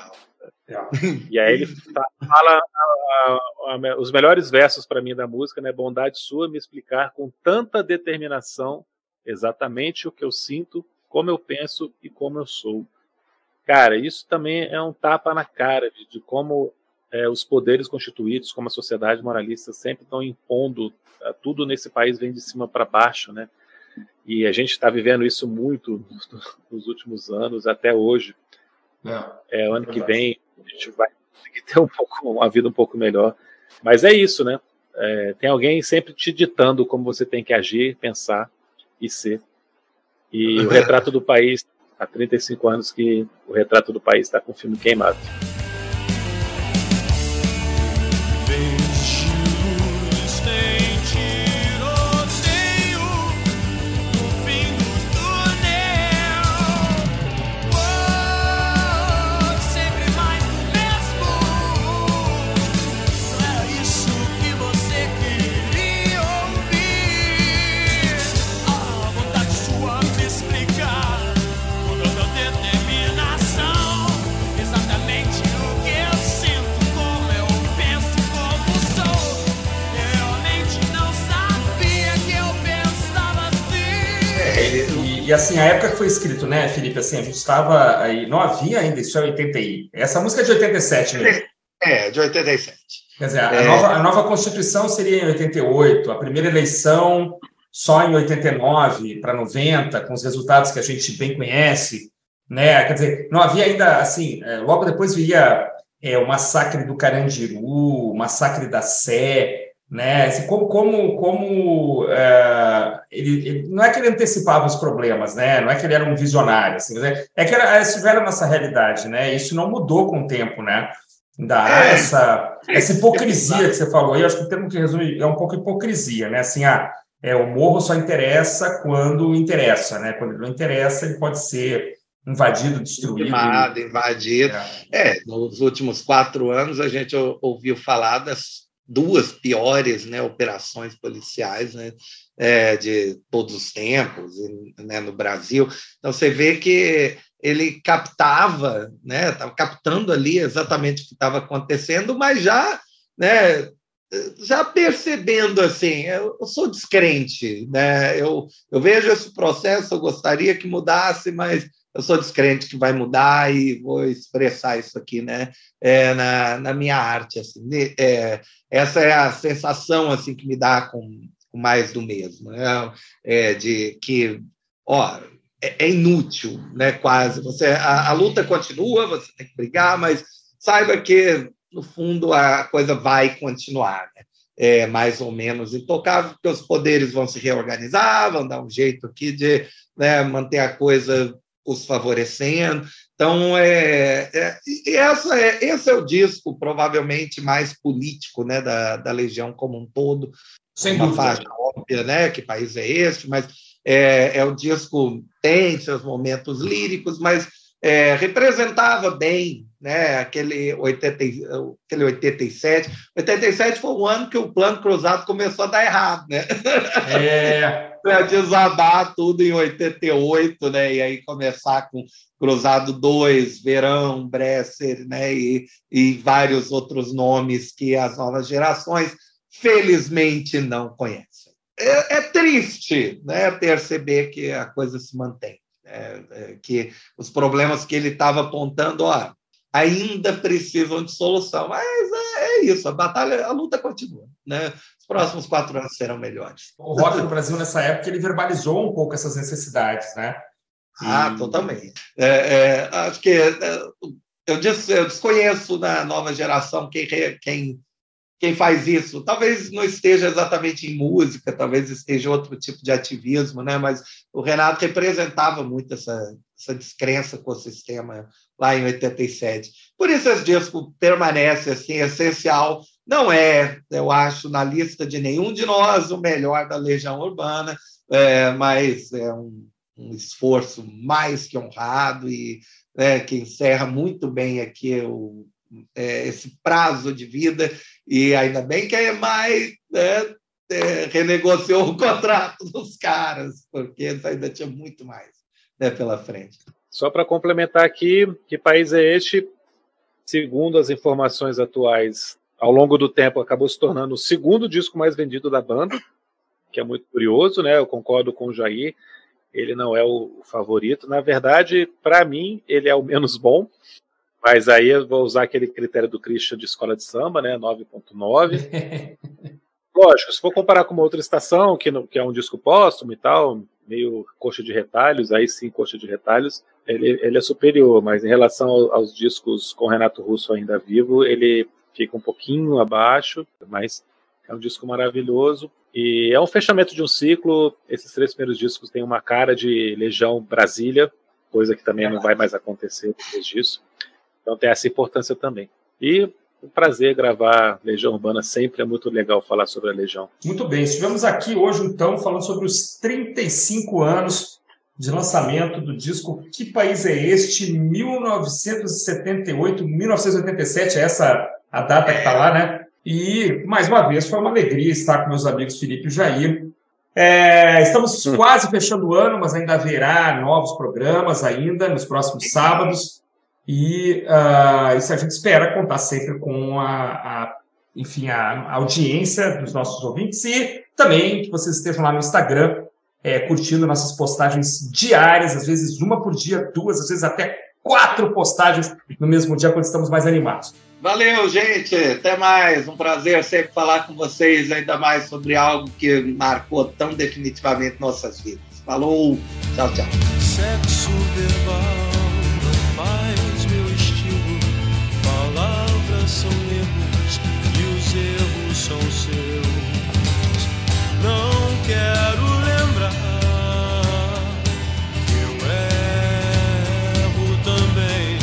E aí ele fala a, a, a, os melhores versos para mim da música, né, bondade sua me explicar com tanta determinação exatamente o que eu sinto, como eu penso e como eu sou. Cara, isso também é um tapa na cara de, de como é, os poderes constituídos, como a sociedade moralista sempre estão impondo, a, tudo nesse país vem de cima para baixo, né? E a gente está vivendo isso muito nos últimos anos, até hoje. É, é ano que vem a gente vai conseguir ter um pouco, uma vida um pouco melhor. Mas é isso, né? É, tem alguém sempre te ditando como você tem que agir, pensar e ser. E o Retrato do País, há trinta e cinco anos que o Retrato do País está com o filme queimado. E assim, a época que foi escrito, né, Felipe, assim, a gente estava aí, não havia ainda, isso é oitenta e... Essa música é de oitenta e sete mesmo. É, de oitenta e sete. Quer dizer, a, é... nova, a nova Constituição seria em oitenta e oito, a primeira eleição só em oitenta e nove para noventa, com os resultados que a gente bem conhece, né? Quer dizer, não havia ainda, assim, logo depois viria é, o massacre do Carandiru, o massacre da Sé, né? Assim, como como, como uh, ele, ele, não é que ele antecipava os problemas, né? Não é que ele era um visionário, assim, é, é que era, isso era a nossa realidade, né? Isso não mudou com o tempo, né? Ainda há é. essa, essa hipocrisia que você falou, e eu acho que o termo que resume é um pouco hipocrisia, né? Assim, ah, é, o morro só interessa quando interessa, né? Quando ele não interessa, ele pode ser invadido, destruído. Queimado, invadido. É. é, nos últimos quatro anos a gente ouviu falar das duas piores, né, operações policiais, né, é, de todos os tempos, né, no Brasil. Então você vê que ele captava, né, estava captando ali exatamente o que estava acontecendo, mas já, né, já percebendo assim, eu, eu sou descrente, né, eu, eu vejo esse processo, eu gostaria que mudasse, mas eu sou descrente que vai mudar e vou expressar isso aqui, né, é, na, na minha arte, assim, é, essa é a sensação assim que me dá com, com mais do mesmo, né, é, de que, ó, é, é inútil, né, quase, você, a, a luta continua, você tem que brigar, mas saiba que, no fundo, a coisa vai continuar, né, é mais ou menos intocável, porque os poderes vão se reorganizar, vão dar um jeito aqui de, né, manter a coisa os favorecendo. Então, é, é, e essa é, esse é o disco provavelmente mais político, né, da, da Legião como um todo. Sem uma dúvida. Faixa óbvia, né, que país é este, mas é, é o disco tem seus momentos líricos, mas é, representava bem, né, aquele, oitenta, aquele oitenta e sete. oitenta e sete foi o ano que o Plano Cruzado começou a dar errado, né? É... Para desabar tudo em oitenta e oito, né? E aí começar com Cruzado dois, Verão, Bresser, né? E, e vários outros nomes que as novas gerações, felizmente, não conhecem. É, é triste, né, perceber que a coisa se mantém, né? É, que os problemas que ele estava apontando, ó, ainda precisam de solução, mas é, é isso, a batalha, a luta continua, né? Os próximos quatro anos serão melhores. O rock no Brasil, nessa época, ele verbalizou um pouco essas necessidades, né? E... Ah, totalmente. É, é, acho que é, eu, disse, eu desconheço na nova geração quem, quem, quem faz isso. Talvez não esteja exatamente em música, talvez esteja outro tipo de ativismo, né? Mas o Renato representava muito essa, essa descrença com o sistema lá em oitenta e sete. Por isso esse disco permanece assim, essencial. Não é, eu acho, na lista de nenhum de nós o melhor da Legião Urbana, é, mas é um, um esforço mais que honrado e é, que encerra muito bem aqui o, é, esse prazo de vida, e ainda bem que a EMAI, né, é, renegociou o contrato dos caras, porque eles ainda tinha muito mais, né, pela frente. Só para complementar aqui, que país é este? Segundo as informações atuais, ao longo do tempo acabou se tornando o segundo disco mais vendido da banda, que é muito curioso, né? Eu concordo com o Jair, ele não é o favorito. Na verdade, para mim, ele é o menos bom, mas aí eu vou usar aquele critério do Christian de escola de samba, né? nove ponto nove. Lógico, se for comparar com uma outra estação, que, não, que é um disco póstumo e tal, meio coxa de retalhos, aí sim, coxa de retalhos, ele, ele é superior, mas em relação ao, aos discos com Renato Russo ainda vivo, ele fica um pouquinho abaixo, mas é um disco maravilhoso, e é um fechamento de um ciclo. Esses três primeiros discos têm uma cara de Legião Brasília, coisa que também não vai mais acontecer depois disso, então tem essa importância também. E um prazer gravar Legião Urbana, sempre é muito legal falar sobre a Legião. Muito bem, estivemos aqui hoje, então, falando sobre os trinta e cinco anos de lançamento do disco Que País é Este? mil novecentos e setenta e oito, mil novecentos e oitenta e sete, é essa a data que está lá, né? E, mais uma vez, foi uma alegria estar com meus amigos Felipe e Jair. É, estamos hum. quase fechando o ano, mas ainda haverá novos programas ainda nos próximos sábados. E uh, isso a gente espera contar sempre com a, a, enfim, a audiência dos nossos ouvintes e também que vocês estejam lá no Instagram é, curtindo nossas postagens diárias, às vezes uma por dia, duas, às vezes até quatro postagens no mesmo dia quando estamos mais animados. Valeu, gente. Até mais. Um prazer sempre falar com vocês, ainda mais sobre algo que marcou tão definitivamente nossas vidas. Falou. Tchau, tchau. Sexo verbal não faz meu estilo. Palavras são erros e os erros são seus. Não quero lembrar que eu erro também.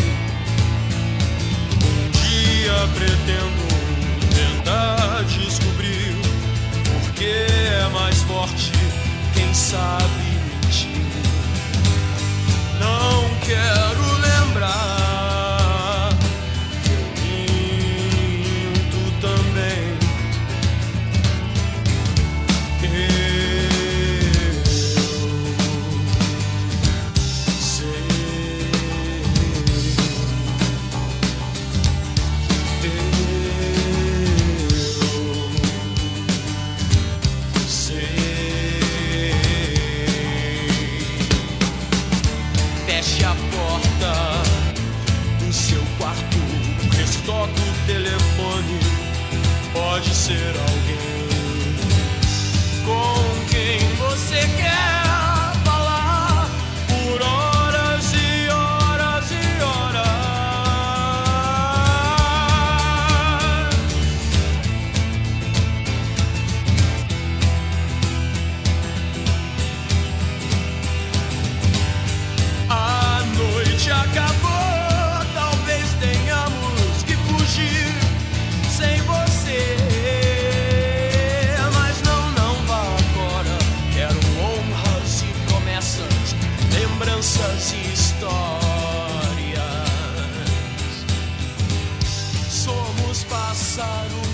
Um dia pretendo tentar descobrir porque é mais forte quem sabe mentir. Não quero lembrar que eu minto também. Feche a porta do seu quarto, restoque o telefone, pode ser alguém com quem você quer falar por horas e horas e horas. A noite acabou, talvez tenhamos que fugir sem você. Mas não, não vá agora. Quero honras e promessas, lembranças e histórias. Somos pássaros